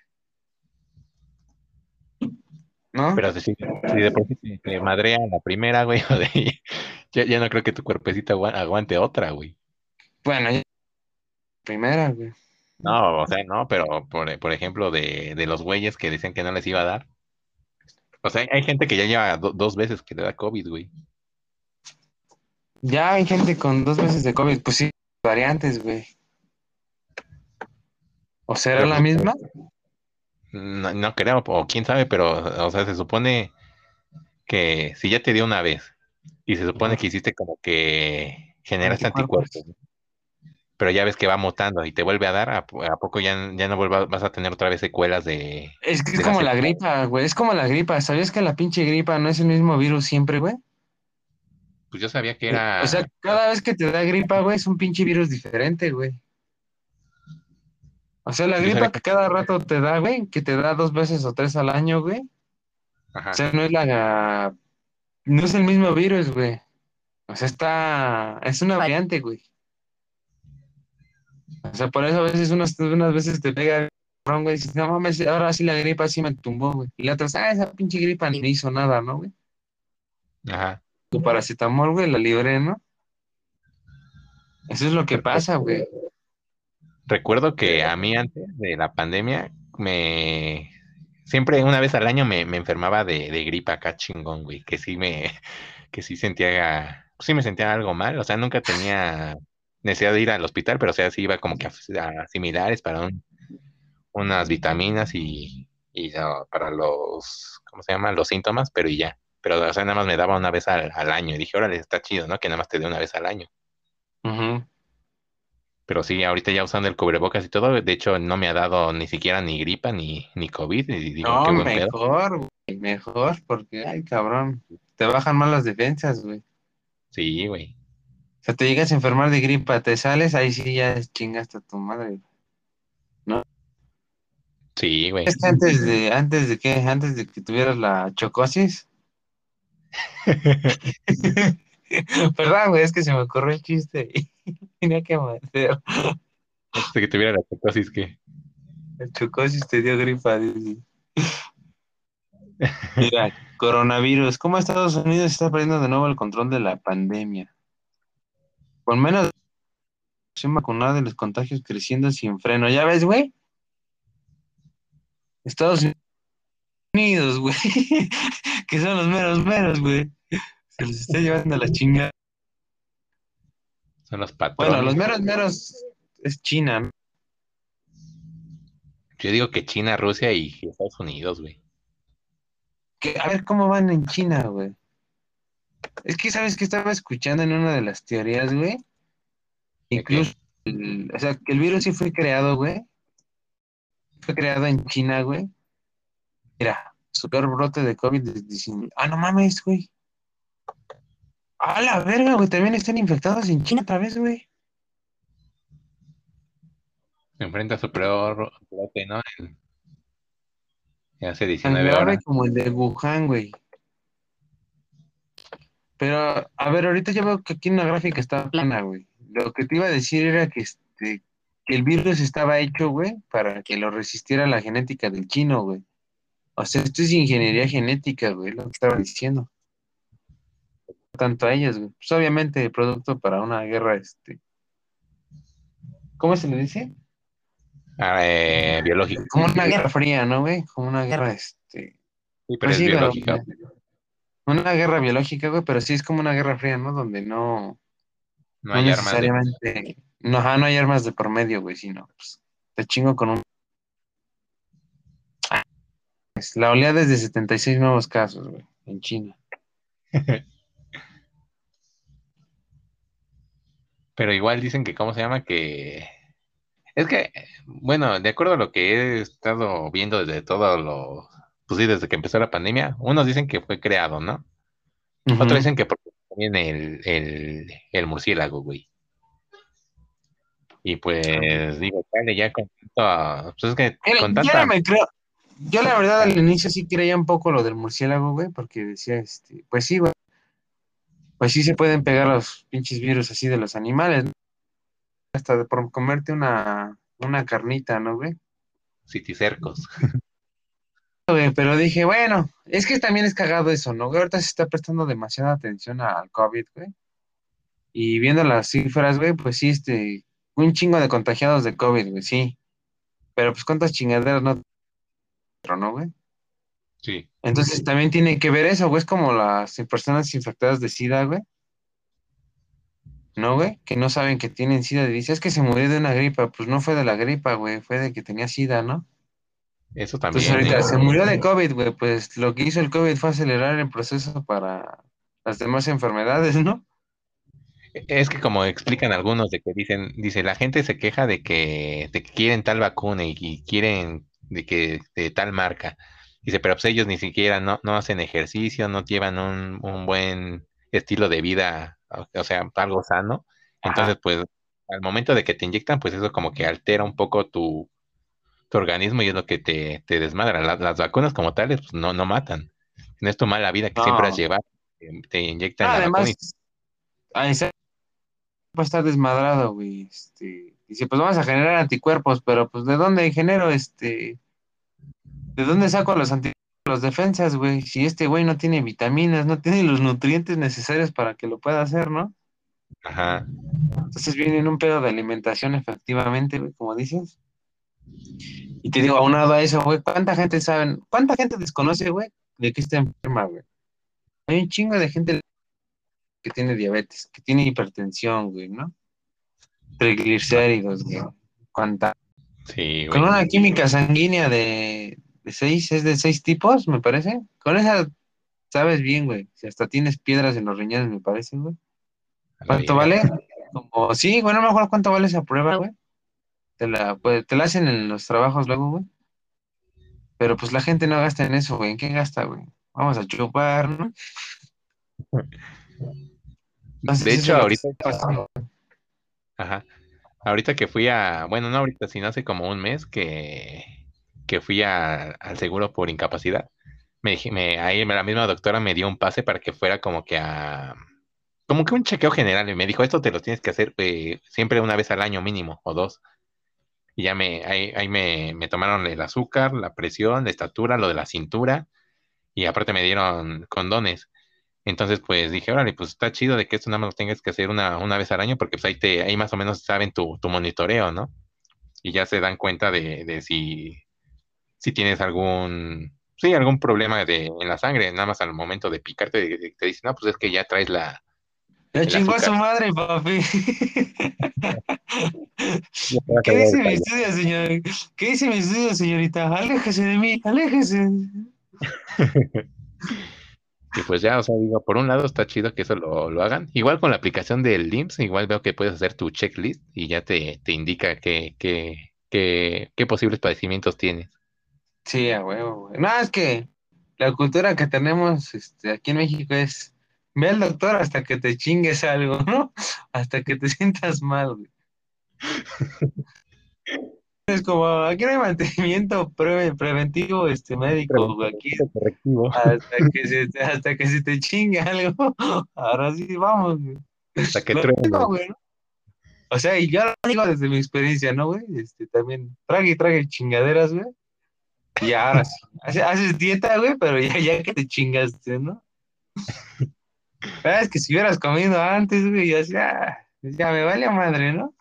C: ¿no?
A: Pero si de por sí te madrea la primera, güey, o de ahí, ya no creo que tu cuerpecito aguante otra, güey.
C: Bueno, ya primera, güey.
A: No, o sea, no, pero por ejemplo, de los güeyes que decían que no les iba a dar. O sea, hay gente que ya lleva dos veces que le da COVID, güey.
C: Ya hay gente con 2 meses de COVID, pues sí, variantes, güey. ¿O será
A: Pero
C: la
A: pues
C: misma?
A: no creo, o quién sabe, pero, o sea, se supone que si ya te dio una vez y se supone
C: Ajá.
A: que hiciste como que generaste anticuerpos,
C: Anticuerpos.
A: ¿no? Pero ya ves que va mutando y te vuelve a dar, ¿a poco ya no vas a tener otra vez secuelas
C: Es que es
A: de la
C: como la
A: cepa?
C: gripa, güey. Es como la gripa. ¿Sabías que la pinche gripa no es el mismo virus siempre, güey?
A: Pues yo sabía que
C: O sea,
A: era,
C: cada vez que te da gripa, güey, es un pinche virus diferente, güey. O sea, la
A: yo sabía
C: gripa
A: que,
C: que cada rato te da, güey, que te da 2 veces o 3 al año, güey. O
A: ajá,
C: sea, no es el mismo virus, güey. O sea, es una variante, güey. O sea, por eso a veces unas veces te pega, cabrón, güey, y dices, no mames, ahora sí la gripa sí me tumbó, güey. Y la otra, esa pinche gripa ni me hizo nada, ¿no, güey?
A: ajá.
C: Tu paracetamol, güey, la libré, ¿no? Eso es lo que
A: Re-
C: pasa, güey.
A: Recuerdo que a mí antes de la pandemia, siempre una vez al año me enfermaba de gripa acá chingón, güey, que sí me sentía algo mal, o sea, nunca tenía necesidad de ir al hospital, pero o sea, sí iba como que a similares para unas vitaminas y para ¿cómo se llama? Los síntomas, pero y ya. Pero, o sea, nada más me daba una vez al año y dije, órale, está chido, ¿no? Que nada más te dé una vez al año.
C: Ujú.
A: Pero sí, ahorita ya usando el cubrebocas y todo, de hecho no me ha dado ni siquiera ni gripa ni COVID, y digo, qué
C: No,
A: buen pedo.
C: mejor, güey, mejor, porque, ay, cabrón, te bajan más las defensas, güey.
A: Sí, güey.
C: O sea, te llegas a enfermar de gripa, te sales, ahí sí ya chingaste a tu madre, ¿no?
A: Sí, güey.
C: Es que antes de que tuvieras la chocosis. Perdón, güey, es que se me ocurrió el chiste y tenía que hacer.
A: Antes de que tuviera la psicosis que...
C: El chocosis te dio gripa, dice. Mira, coronavirus. ¿Cómo Estados Unidos está perdiendo de nuevo el control de la pandemia? Con menos de la población vacunada y los contagios creciendo sin freno. ¿Ya ves, güey? Estados Unidos, güey. Que son los meros meros, güey. Se los está llevando a la chingada.
A: Son los
C: Bueno, los
A: patrones.
C: meros meros es China, ¿no?
A: Yo digo que China, Rusia y Estados Unidos, güey.
C: A ver cómo van en China, güey. Es que, ¿sabes qué estaba escuchando en una de las teorías, güey?
A: ¿De qué?
C: Incluso, o sea, que el virus sí fue creado, güey. Fue creado en China, güey. Mira, su peor brote de COVID-19. Ah, no mames, güey. Ah, la verga, güey. También están infectados en China otra vez, güey.
A: Se enfrenta a su peor brote, ¿no? En hace
C: Tan
A: 19
C: grave
A: horas.
C: como el de Wuhan, güey. Pero, a ver, ahorita ya veo que aquí en la gráfica está plana, güey. Lo que te iba a decir era que el virus estaba hecho, güey, para que lo resistiera la genética del chino, güey. O sea, esto es ingeniería genética, güey, lo que estaba diciendo. Tanto a ellos, güey. Pues obviamente, producto para una guerra, ¿cómo se le dice?
A: Biológico.
C: Como una guerra fría, ¿no, güey? Como una guerra,
A: Sí, pero
C: pues
A: es
C: sí, pero
A: biológica.
C: una guerra biológica, güey, pero sí es como una guerra fría, ¿no? Donde
A: No
C: no
A: hay armas de...
C: necesariamente, no, ajá, no hay armas de por medio, güey, sino, pues, te chingo con un... La oleada es de 76 nuevos casos, güey, en China.
A: Pero igual dicen que, ¿cómo se llama? Que... Es que, bueno, de acuerdo a lo que he estado viendo desde todo lo... Pues sí, desde que empezó la pandemia, unos dicen que fue creado, ¿no? Otros
C: Ujú.
A: dicen que porque también el murciélago, güey. Y pues digo, dale, ya con tanto, pues es que
C: Mira,
A: con
C: yo no
A: tanta,
C: me creo. yo la verdad al inicio sí creía un poco lo del murciélago, güey, porque decía, pues sí, güey, pues sí se pueden pegar los pinches virus así de los animales, ¿no? Hasta por comerte una carnita, ¿no, güey?
A: Citicercos.
C: Güey, pero dije, bueno, es que también es cagado eso, ¿no? Güey, ahorita se está prestando demasiada atención al COVID, güey. Y viendo las cifras, güey, pues sí, un chingo de contagiados de COVID, güey, sí. Pero pues cuántas chingaderas no, güey.
A: Sí.
C: Entonces también tiene que ver eso, güey. Es como las personas infectadas de SIDA, güey. ¿No, güey? Que no saben que tienen SIDA. Y dice, es que se murió de una gripa. Pues no fue de la gripa, güey. Fue de que tenía SIDA, ¿no?
A: Eso
C: Entonces
A: también,
C: ahorita
A: ¿eh?
C: se murió de COVID, güey. Pues lo que hizo el COVID fue acelerar el proceso para las demás enfermedades, ¿no?
A: Es que como explican algunos de que dice, la gente se queja de que quieren tal vacuna y quieren de tal marca. Dice, pero pues ellos ni siquiera no hacen ejercicio, no llevan un buen estilo de vida, o sea, algo sano.
C: Ajá.
A: Entonces, pues, al momento de que te inyectan, pues eso como que altera un poco tu organismo y es lo que te desmadra. Las vacunas como tales, pues no matan. No es tu mala vida que siempre has
C: No.
A: llevado, te
C: No,
A: inyectan la vacuna y
C: además, ahí se va a estar desmadrado, güey. Dice, pues vamos a generar anticuerpos, pero pues ¿de dónde genero ¿De dónde saco los anticuerpos, los defensas, güey? Si este güey no tiene vitaminas, no tiene los nutrientes necesarios para que lo pueda hacer, ¿no?
A: ajá.
C: Entonces viene en un pedo de alimentación, efectivamente, güey, como dices. Y te digo, aunado a eso, güey, cuánta gente desconoce, güey, de que está enferma, güey? Hay un chingo de gente que tiene diabetes, que tiene hipertensión, güey, ¿no? Triglicéridos, güey. Cuánta.
A: Sí,
C: Con
A: güey.
C: una química sanguínea de seis, es de 6 tipos, me parece. Con esa sabes bien, güey. Si hasta tienes piedras en los riñones, me parece, güey.
A: A la
C: ¿Cuánto
A: verga.
C: vale? Como, sí, güey, no me acuerdo cuánto vale esa prueba, güey. Te la hacen en los trabajos luego, güey. Pero pues la gente no gasta en eso, güey. ¿En qué gasta, güey? Vamos a chupar, ¿no?
A: De
C: Entonces eso
A: hecho,
C: es lo que
A: ahorita,
C: está pasando.
A: ajá, ahorita que fui bueno, no ahorita, sino hace como un mes que fui al seguro por incapacidad, ahí la misma doctora me dio un pase para que fuera como que un chequeo general y me dijo, esto te lo tienes que hacer siempre una vez al año mínimo o dos. Y ya ahí me tomaron el azúcar, la presión, la estatura, lo de la cintura y aparte me dieron condones. Entonces, pues dije, órale, pues está chido de que esto nada más lo tengas que hacer una vez al año, porque pues ahí más o menos saben tu monitoreo, ¿no? Y ya se dan cuenta de si tienes algún problema en la sangre, nada más al momento de picarte, te dicen, no, pues es que ya traes
C: Ya
A: el
C: chingó a su
A: azúcar.
C: madre, papi.
A: Ya te vas a
C: ¿Qué
A: ver
C: dice
A: el
C: mi
A: palo.
C: estudio, señor? ¿Qué dice mi estudio, señorita? Aléjese de mí, aléjese.
A: Y pues ya, o sea, digo, por un lado está chido que eso lo hagan. Igual con la aplicación del IMSS, igual veo que puedes hacer tu checklist y ya te indica qué posibles padecimientos tienes.
C: Sí, a huevo, güey. No, es que la cultura que tenemos aquí en México es ve al doctor hasta que te chingues algo, ¿no? Hasta que te sientas mal, güey. Es como, aquí no hay mantenimiento preventivo médico, güey. Aquí
A: Preventivo correctivo.
C: hasta que se te chingue algo. Ahora sí, vamos, güey.
A: Hasta que
C: Lo mismo,
A: truene.
C: güey, ¿no? O sea, y yo lo digo desde mi experiencia, ¿no, güey? También trague y trague chingaderas, güey. Y ahora sí, haces dieta, güey, pero ya que te chingaste, ¿no? Es que si hubieras comido antes, güey, ya me vale madre, ¿no?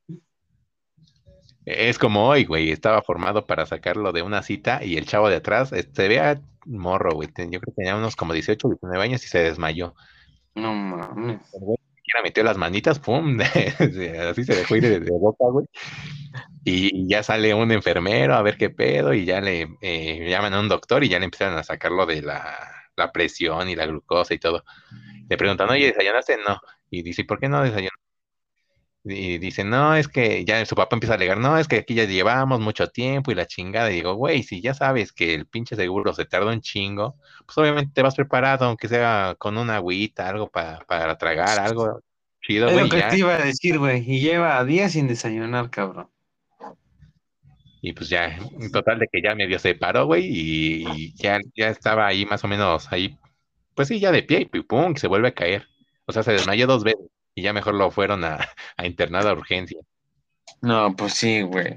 A: Es como hoy, güey. Estaba formado para sacarlo de una cita y el chavo de atrás se vea morro, güey. Yo creo que tenía unos como 18 19 años y se desmayó.
C: No mames.
A: El güey siquiera metió las manitas, pum, así se dejó ir de boca, güey. Y ya sale un enfermero a ver qué pedo y ya le llaman a un doctor y ya le empiezan a sacarlo de la presión y la glucosa y todo. Le preguntan, oye, ¿desayunaste? No. Y dice, ¿por qué no desayunaste? Y dice, no, es que ya su papá empieza a alegar, no, es que aquí ya llevamos mucho tiempo y la chingada. Y digo, güey, si ya sabes que el pinche seguro se tarda un chingo, pues obviamente te vas preparado, aunque sea con una agüita, algo para tragar, algo chido,
C: Es lo
A: güey, y
C: que
A: ya.
C: te iba a decir, güey. Y lleva días sin desayunar, cabrón.
A: Y pues ya, en total de que ya medio se paró, güey, y ya estaba ahí más o menos ahí, pues sí, ya de pie, y pum, que se vuelve a caer. O sea, se desmayó 2 veces y ya mejor lo fueron a internar a urgencia.
C: No, pues sí, güey.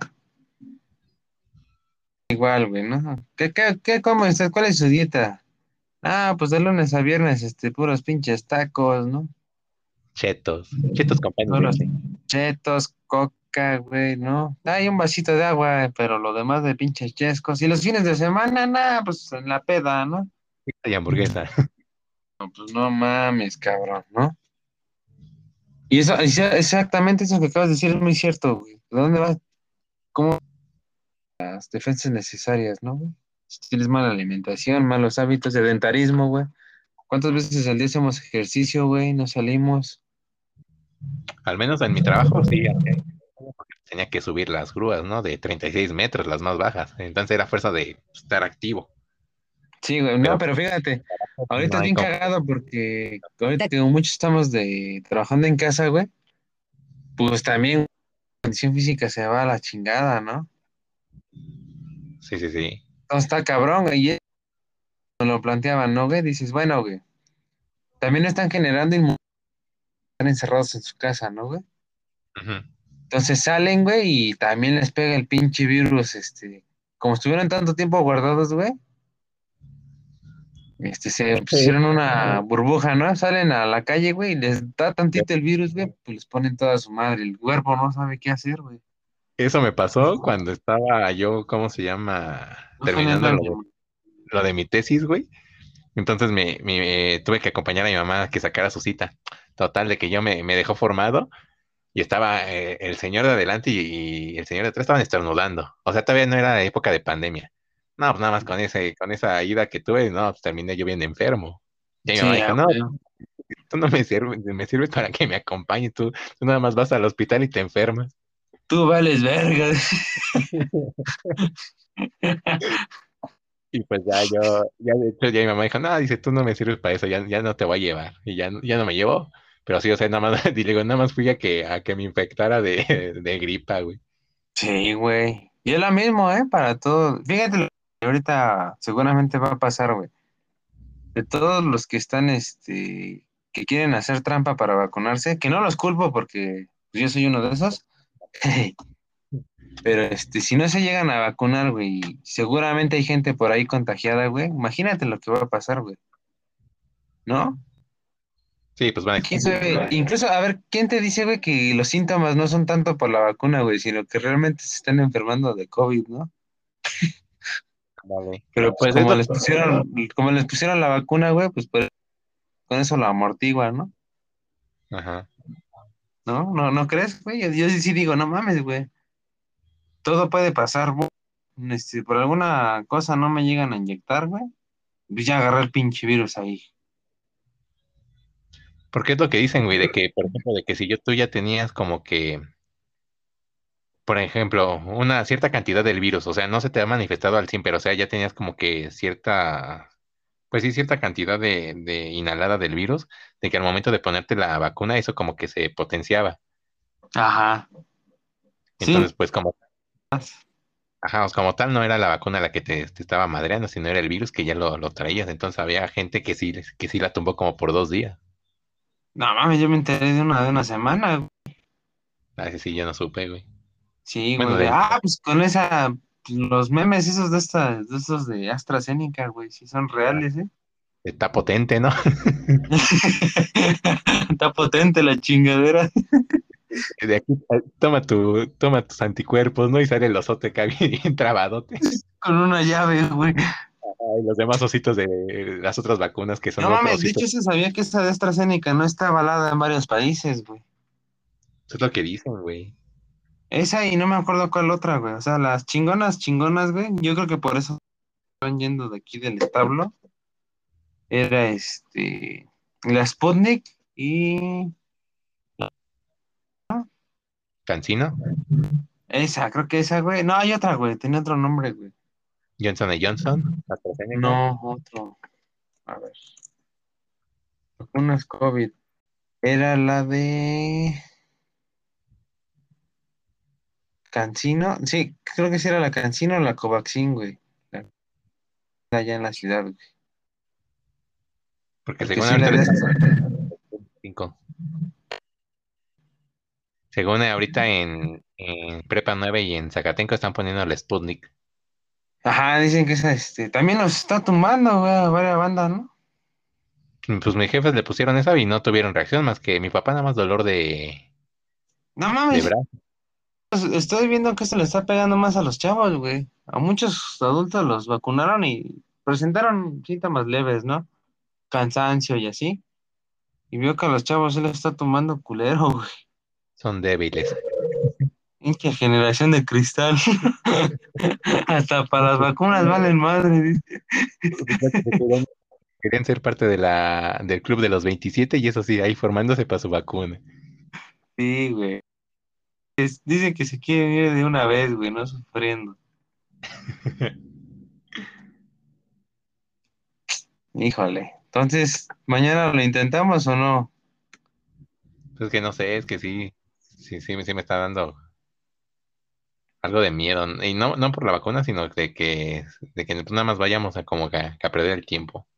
C: Igual, güey, ¿no? ¿Qué come usted? ¿Cuál es su dieta? Ah, pues de lunes a viernes, puros pinches tacos, ¿no?
A: Chetos con pan y
C: Puros
A: leche.
C: chetos, coca, güey, ¿no? Hay un vasito de agua, pero lo demás de pinches chescos. Y los fines de semana, nada, pues en la peda, ¿no?
A: Y hamburguesa.
C: No, pues no mames, cabrón, ¿no? Y exactamente eso que acabas de decir es muy cierto, güey. ¿De dónde vas? ¿Cómo las defensas necesarias, ¿no, güey? Si tienes mala alimentación, malos hábitos, sedentarismo, güey. ¿Cuántas veces al día hacemos ejercicio, güey? No salimos.
A: Al menos en mi trabajo, sí, tenía que subir las grúas, ¿no? De 36 metros, las más bajas. Entonces era fuerza de estar activo.
C: Sí, güey, no,
A: Pero
C: pero fíjate, ahorita
A: no
C: es
A: hay
C: bien
A: como...
C: cagado porque ahorita que muchos estamos trabajando en casa, güey, pues también la condición física se va a la chingada, ¿no?
A: Sí, sí, sí.
C: Entonces está cabrón, güey, y eso nos lo planteaban, ¿no, güey? Dices, bueno, güey, también no están generando inmunidad, están encerrados en su casa, ¿no, güey?
A: Ujú.
C: Entonces salen, güey, y también les pega el pinche virus, como estuvieron tanto tiempo guardados, güey, se
A: Sí.
C: pusieron una burbuja, ¿no? Salen a la calle, güey, y les da tantito el virus, güey, pues les ponen toda su madre, el cuerpo no sabe qué hacer, güey.
A: Eso me pasó cuando estaba yo, ¿cómo se llama?
C: Bájale al
A: Terminando
C: baño.
A: lo de mi tesis, güey. Entonces tuve que acompañar a mi mamá a que sacara su cita. Total, de que yo me dejó formado y estaba el señor de adelante y el señor de atrás estaban estornudando. O sea, todavía no era época de pandemia. No, pues nada más con esa ida que tuve, no, pues terminé yo bien enfermo. Y mi mamá
C: Sí,
A: dijo, no, tú no me sirves para que me acompañes, tú nada más vas al hospital y te enfermas.
C: tú vales verga.
A: Y pues ya de hecho, ya mi mamá dijo, no, dice, tú no me sirves para eso, ya no te voy a llevar. Y ya no me llevó. Pero sí, o sea, nada más, y le digo, nada más fui a que me infectara de gripa, güey.
C: Sí, güey. Y es lo mismo, ¿eh? Para todo. Fíjate lo que ahorita seguramente va a pasar, güey. De todos los que están, que quieren hacer trampa para vacunarse, que no los culpo porque pues, yo soy uno de esos. Pero si no se llegan a vacunar, güey, seguramente hay gente por ahí contagiada, güey. Imagínate lo que va a pasar, güey. ¿No?
A: Sí, pues van a...
C: ¿Quién sabe? Incluso, a ver, ¿quién te dice, güey, que los síntomas no son tanto por la vacuna, güey, sino que realmente se están enfermando de COVID, ¿no?
A: Vale.
C: Pero pues
A: Pues es lo...
C: como les pusieron la vacuna, güey, pues con eso la amortiguan, ¿no?
A: Ajá.
C: ¿No? ¿No crees, güey? Yo sí digo, no mames, güey. Todo puede pasar, güey. Por alguna cosa no me llegan a inyectar, güey. Pues ya agarré el pinche virus ahí.
A: Porque es lo que dicen, güey, de que, por ejemplo, de que si tú ya tenías como que, por ejemplo, una cierta cantidad del virus, o sea, no se te ha manifestado al 100, pero o sea, ya tenías como que cierta, pues sí, cierta cantidad de inhalada del virus, de que al momento de ponerte la vacuna, eso como que se potenciaba.
C: Ajá. Sí,
A: Entonces, pues como, ajá, o sea, como tal, no era la vacuna la que te estaba madreando, sino era el virus que ya lo traías. Entonces había gente que sí la tumbó como por 2 días.
C: no mames, yo me enteré de una semana, güey.
A: Así sí, yo no supe, güey.
C: Sí,
A: Bueno,
C: güey. Pues con pues, los memes esos de esos de AstraZeneca, güey, sí son reales, ¿eh?
A: está potente, ¿no?
C: Está potente la chingadera.
A: De aquí, toma tus anticuerpos, ¿no? Y sale el osote acá bien trabadote.
C: Con una llave, güey.
A: Y los demás ositos de las otras vacunas que son
C: No
A: los
C: mames, de
A: ositos.
C: hecho se sabía que esta de AstraZeneca no está avalada en varios países, güey.
A: Eso es lo que dicen, güey.
C: Esa y no me acuerdo cuál otra, güey. O sea, las chingonas, chingonas, güey. Yo creo que por eso van yendo de aquí del establo. Era la Sputnik y
A: Cancino,
C: esa, creo que esa, güey. No, hay otra, güey. Tenía otro nombre, güey.
A: Johnson y Johnson, AstraZeneca,
C: No, otro. A ver. Vacunas COVID. Era la de Cancino, sí, creo que sí era la Cancino o la Covaxin, güey. Allá en la ciudad, güey.
A: Porque
C: Porque
A: según
C: sí, la
A: ahorita le
C: de...
A: están poniendo 5. Según ahorita en Prepa 9 y en Zacatenco están poniendo el Sputnik.
C: Ajá, dicen que esa, también los está tumbando, güey, a varias bandas, ¿no?
A: Pues mis jefes le pusieron esa y no tuvieron reacción más que mi papá nada más dolor
C: No
A: de
C: mames,
A: brazo.
C: estoy viendo que esto le está pegando más a los chavos, güey. A muchos adultos los vacunaron y presentaron síntomas leves, ¿no? Cansancio y así. Y veo que a los chavos se les está tomando culero, güey.
A: Son débiles.
C: Hincha generación de cristal. Hasta para las vacunas valen madre, dice.
A: Querían ser parte del club de los 27 y eso sí, ahí formándose para su vacuna.
C: Sí, güey. Dicen que se quieren ir de una vez, güey, no sufriendo. Híjole. Entonces, ¿mañana lo intentamos o no?
A: Pues que no sé, es que sí, sí me está dando algo de miedo. Y no por la vacuna, sino de que nada más vayamos a como que a perder el tiempo.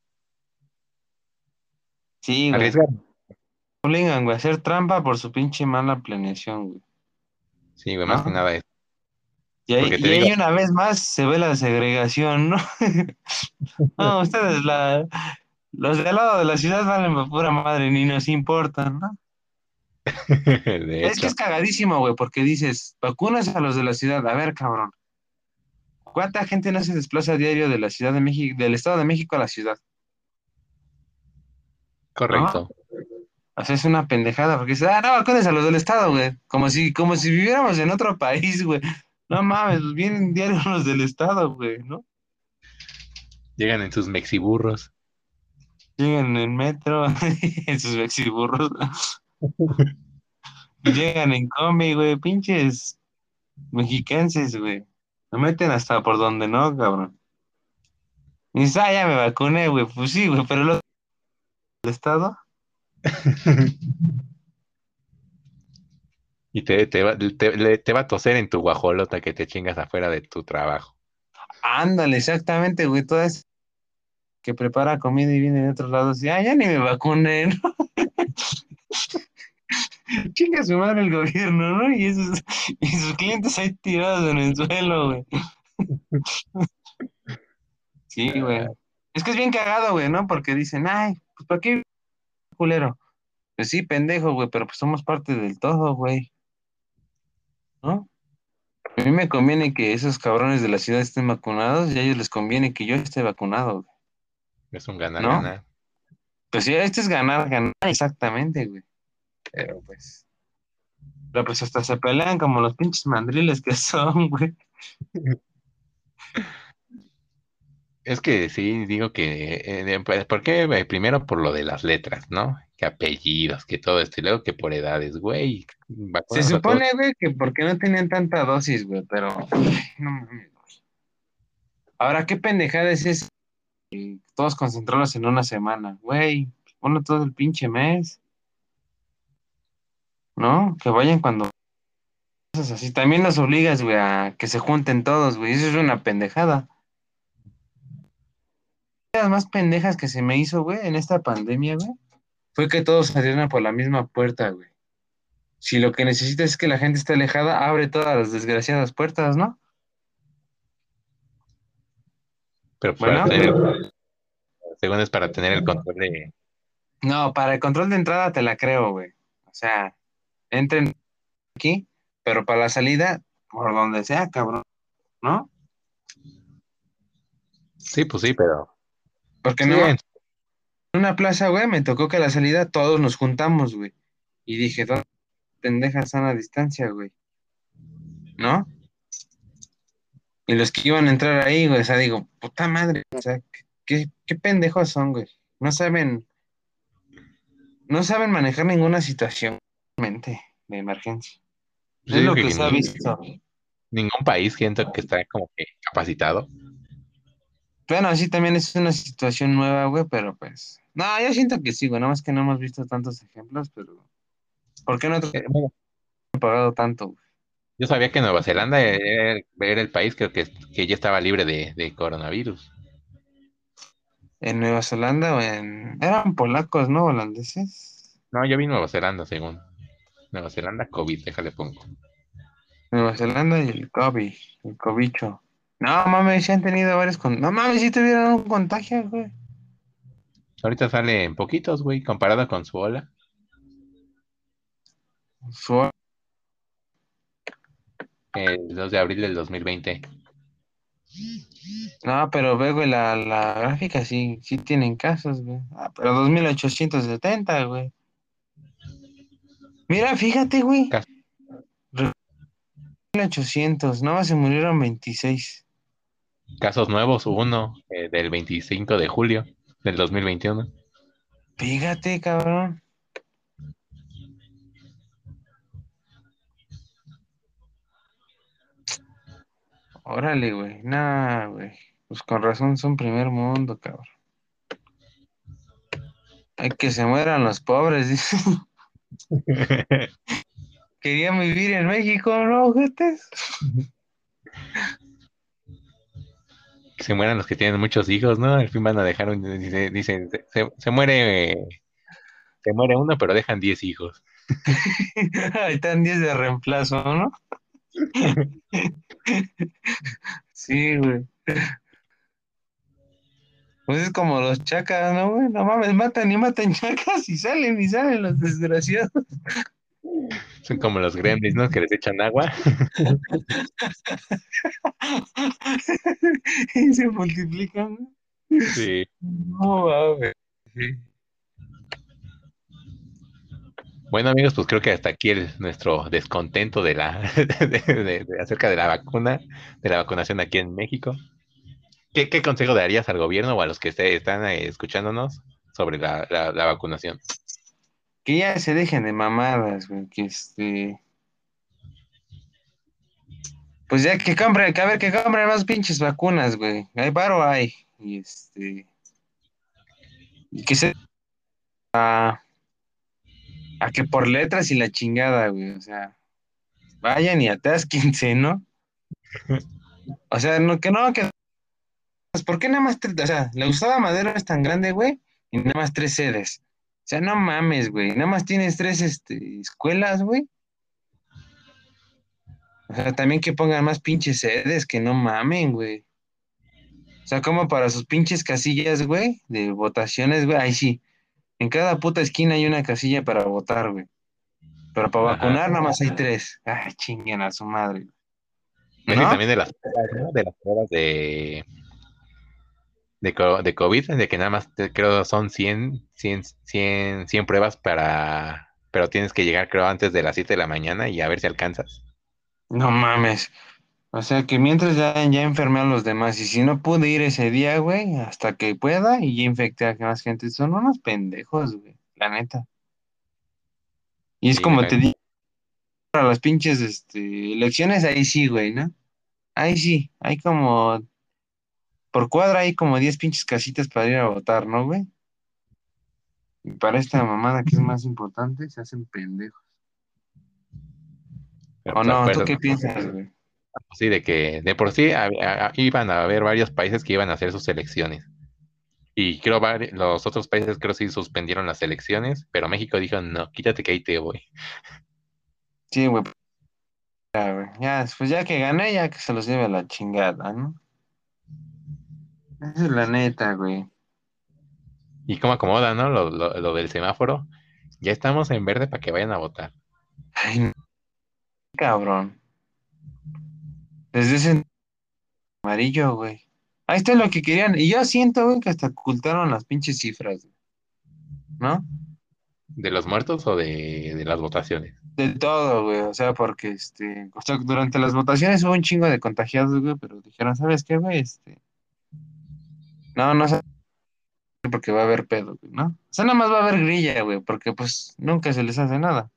C: Sí, güey.
A: Arriesgar.
C: Obligan, güey, a hacer trampa por su pinche mala planeación, güey.
A: Sí, güey, más que
C: ¿No?
A: nada es. Porque te
C: Y
A: digo,
C: ahí una vez más se ve la segregación, ¿no? No, ustedes, los del lado de la ciudad valen pa' pura madre, ni nos importan, ¿no?
A: de
C: Es que
A: hecho,
C: es cagadísimo, güey, porque dices, vacunas a los de la ciudad. A ver, cabrón, ¿cuánta gente no se desplaza a diario de la Ciudad de México, del Estado de México a la ciudad? ¿No?
A: correcto.
C: O sea, es una pendejada, porque dices, no, vacunes a los del Estado, güey. Como si viviéramos en otro país, güey. No mames, pues vienen diarios los del Estado, güey, ¿no?
A: Llegan en sus mexiburros.
C: Llegan en metro, en sus vexiburros. Llegan en combi, güey, pinches mexiquenses, güey. Me meten hasta por donde no, cabrón. Y dices, ya me vacuné, güey. Pues sí, güey, pero los del Estado.
A: Y te va a toser en tu guajolota que te chingas afuera de tu trabajo.
C: Ándale, exactamente, güey. Toda esa que prepara comida y viene de otros lados. Y, ya ni me vacuné, ¿no? Chinga su madre el gobierno, ¿no? Y sus clientes ahí tirados en el suelo, güey. Sí, güey.
A: Ah,
C: Es que es bien cagado, güey, ¿no? Porque dicen, ay, pues ¿para qué culero? Pues sí, pendejo, güey, pero pues somos parte del todo, güey, ¿no? A mí me conviene que esos cabrones de la ciudad estén vacunados y a ellos les conviene que yo esté vacunado, güey,
A: es un
C: ¿no?
A: ganar-ganar.
C: Pues sí, este es ganar, ganar, exactamente, güey. Pero pues hasta se pelean como los pinches mandriles que son, güey.
A: Es que sí, digo que, pues, ¿por qué? Primero por lo de las letras, ¿no? Que apellidos, que todo esto, y luego que por edades, güey,
C: Se
A: vacunamos a todos.
C: supone, güey, que porque no tenían tanta dosis, güey, pero ay, no mames. Ahora, ¿qué pendejada es esa? Todos concentrados en una semana, güey. Ponlo todo el pinche mes, ¿no? Que vayan cuando cosas así. También los obligas, güey, a que se junten todos, güey. Eso es una pendejada. Las más pendejas que se me hizo, güey, en esta pandemia, güey, fue que todos salieron por la misma puerta, güey. Si lo que necesitas es que la gente esté alejada, abre todas las desgraciadas puertas, ¿no?
A: Pero pues
C: Bueno,
A: según es para tener el control de,
C: no, para el control de entrada te la creo, güey. O sea, entren aquí, pero para la salida, por donde sea, cabrón, ¿no?
A: sí, pues sí, pero
C: Porque
A: sí,
C: nomás en una plaza, güey, me tocó que a la salida todos nos juntamos, güey. Y dije, dos pendejas a la distancia, güey, ¿no? Y los que iban a entrar ahí, güey, o sea, digo, puta madre, o sea, qué pendejos son, güey. No saben, no saben manejar ninguna situación realmente de emergencia.
A: pues
C: Es
A: yo digo
C: lo
A: que
C: que se ha visto.
A: ningún país siento que está como que capacitado.
C: Bueno, sí, también es una situación nueva, güey, pero pues. No, yo siento que sí, güey, nada más que no hemos visto tantos ejemplos, pero. ¿Por qué no han
A: Bueno,
C: pagado tanto, güey?
A: Yo sabía que Nueva Zelanda era el país que ya estaba libre de coronavirus.
C: ¿En Nueva Zelanda o en... Eran polacos, ¿no? Holandeses.
A: No, yo vi Nueva Zelanda, según. Nueva Zelanda, COVID, déjale pongo.
C: Nueva Zelanda y el cobicho. No mames, sí han tenido varios con... No mames, sí tuvieron un contagio, güey.
A: Ahorita salen poquitos, güey, comparado con su ola.
C: Su-
A: El 2 de abril del 2020.
C: No, pero ve, güey, la gráfica sí, sí tienen casos, güey. Ah, pero 2870, güey. Mira, fíjate, güey.
A: Cas-
C: 1800, no, se murieron 26.
A: Casos nuevos, uno del 25 de julio del 2021.
C: Fíjate, cabrón. Órale, güey. Nah, güey. Pues con razón son primer mundo, cabrón. Hay que se mueran los pobres, dice. Querían vivir en México, ¿no, ojetes?
A: Que se mueran los que tienen muchos hijos, ¿no? Al fin van a dejar dicen, se muere uno, pero dejan 10 hijos.
C: Ahí están 10 de reemplazo, ¿no? Sí, güey. Pues es como los chacas, ¿no, güey? No mames, matan y matan chacas y salen los desgraciados.
A: Son como los gremlins, ¿no? Que les echan agua.
C: Y se multiplican, ¿no?
A: Sí.
C: No, mames. Sí.
A: Bueno, amigos, pues creo que hasta aquí nuestro descontento acerca de la vacunación aquí en México. ¿Qué consejo darías al gobierno o a los que están escuchándonos sobre la vacunación?
C: Que ya se dejen de mamadas, güey. Que pues ya que compren, que a ver, que compren más pinches vacunas, güey. Hay paro, hay. Y que se a que por letras y la chingada, güey. O sea, vayan y atásquense, ¿no? O sea, que pues, ¿por qué nada más tres? O sea, la Gustavo Madero es tan grande, güey, y nada más tres sedes. O sea, no mames, güey. Nada más tienes tres escuelas, güey. O sea, también que pongan más pinches sedes, que no mamen, güey. O sea, como para sus pinches casillas, güey, de votaciones, güey. Ahí sí. En cada puta esquina hay una casilla para votar, güey. Pero para
A: Ajá.
C: vacunar nada más hay tres. Ay, chinguen a su madre.
A: Es que
C: ¿No?
A: también de las pruebas, ¿no? De las pruebas de COVID, de que nada más creo son 100 pruebas pero tienes que llegar creo antes de las 7 de la mañana y a ver si alcanzas.
C: No mames. O sea que mientras ya enfermé a los demás y si no pude ir ese día, güey, hasta que pueda y ya infecté a más gente, son unos pendejos, güey, la neta. Y es
A: Sí,
C: como te
A: deja.
C: digo, para las pinches elecciones, ahí sí, güey, ¿no? Ahí sí, hay como, por cuadra hay como 10 pinches casitas para ir a votar, ¿no, güey? Y para esta mamada que es más importante, se hacen pendejos.
A: Pero
C: ¿O
A: pues a
C: no? ¿Tú
A: fuerzas,
C: qué piensas, güey?
A: sí, de que de por sí iban a haber varios países que iban a hacer sus elecciones. Y creo los otros países creo sí suspendieron las elecciones, pero México dijo, no, quítate que ahí te voy.
C: Sí, güey, ya, güey. Ya, pues ya que gané, ya que se los lleve a la chingada, ¿no? Esa es la neta, güey.
A: Y cómo acomoda, ¿no? Lo del semáforo. Ya estamos en verde para que vayan a votar.
C: Ay, no, cabrón. Desde ese amarillo, güey. Ahí está lo que querían. Y yo siento, güey, que hasta ocultaron las pinches cifras, güey, ¿no?
A: ¿De los muertos o de las votaciones?
C: De todo, güey. O sea, porque o sea, durante las votaciones hubo un chingo de contagiados, güey, pero dijeron, ¿sabes qué, güey? No, no sé porque va a haber pedo, güey, ¿no? O sea, nada más va a haber grilla, güey, porque pues nunca se les hace nada,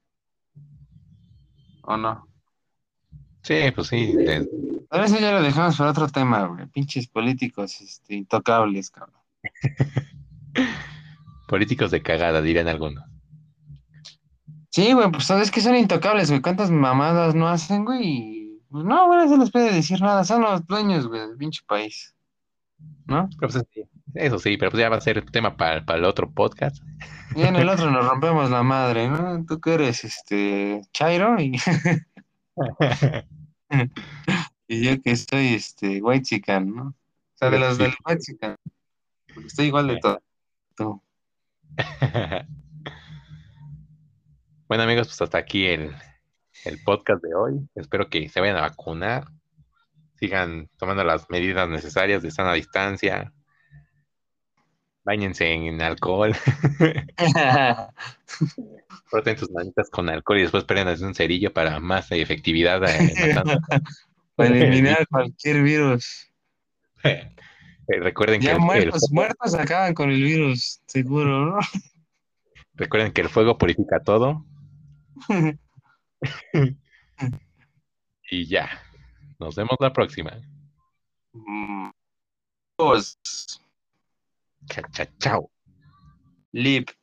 C: ¿o no?
A: Sí, pues sí,
C: A veces ya lo dejamos para otro tema, güey. Pinches políticos, intocables, cabrón.
A: políticos de cagada, dirían algunos.
C: Sí, güey, pues sabes que son intocables, güey. ¿Cuántas mamadas no hacen, güey? Y, pues, no, güey, no se les puede decir nada. Son los dueños, güey, del pinche país, ¿no?
A: Pero pues, eso sí, pero pues ya va a ser tema para el otro podcast.
C: Y en el otro nos rompemos la madre, ¿no? Tú que eres, Chairo y, y yo que soy, White Chican, ¿no? O sea, de
A: Eres
C: los del
A: chic.
C: White Chican, porque estoy igual de todo. Tú.
A: Bueno, amigos, pues hasta aquí el podcast de hoy. Espero que se vayan a vacunar, sigan tomando las medidas necesarias de sana distancia, báñense en alcohol, froten sus manitas con alcohol y después prenden un cerillo para más efectividad matando
C: Para
A: el
C: eliminar
A: virus.
C: cualquier virus.
A: Recuerden que
C: Ya
A: el
C: muertos,
A: fuego,
C: muertos acaban con el virus, seguro, ¿no?
A: recuerden que el fuego purifica todo y ya. Nos vemos la próxima.
C: Mm, Pues,
A: Chao, chao, chao.
C: lip.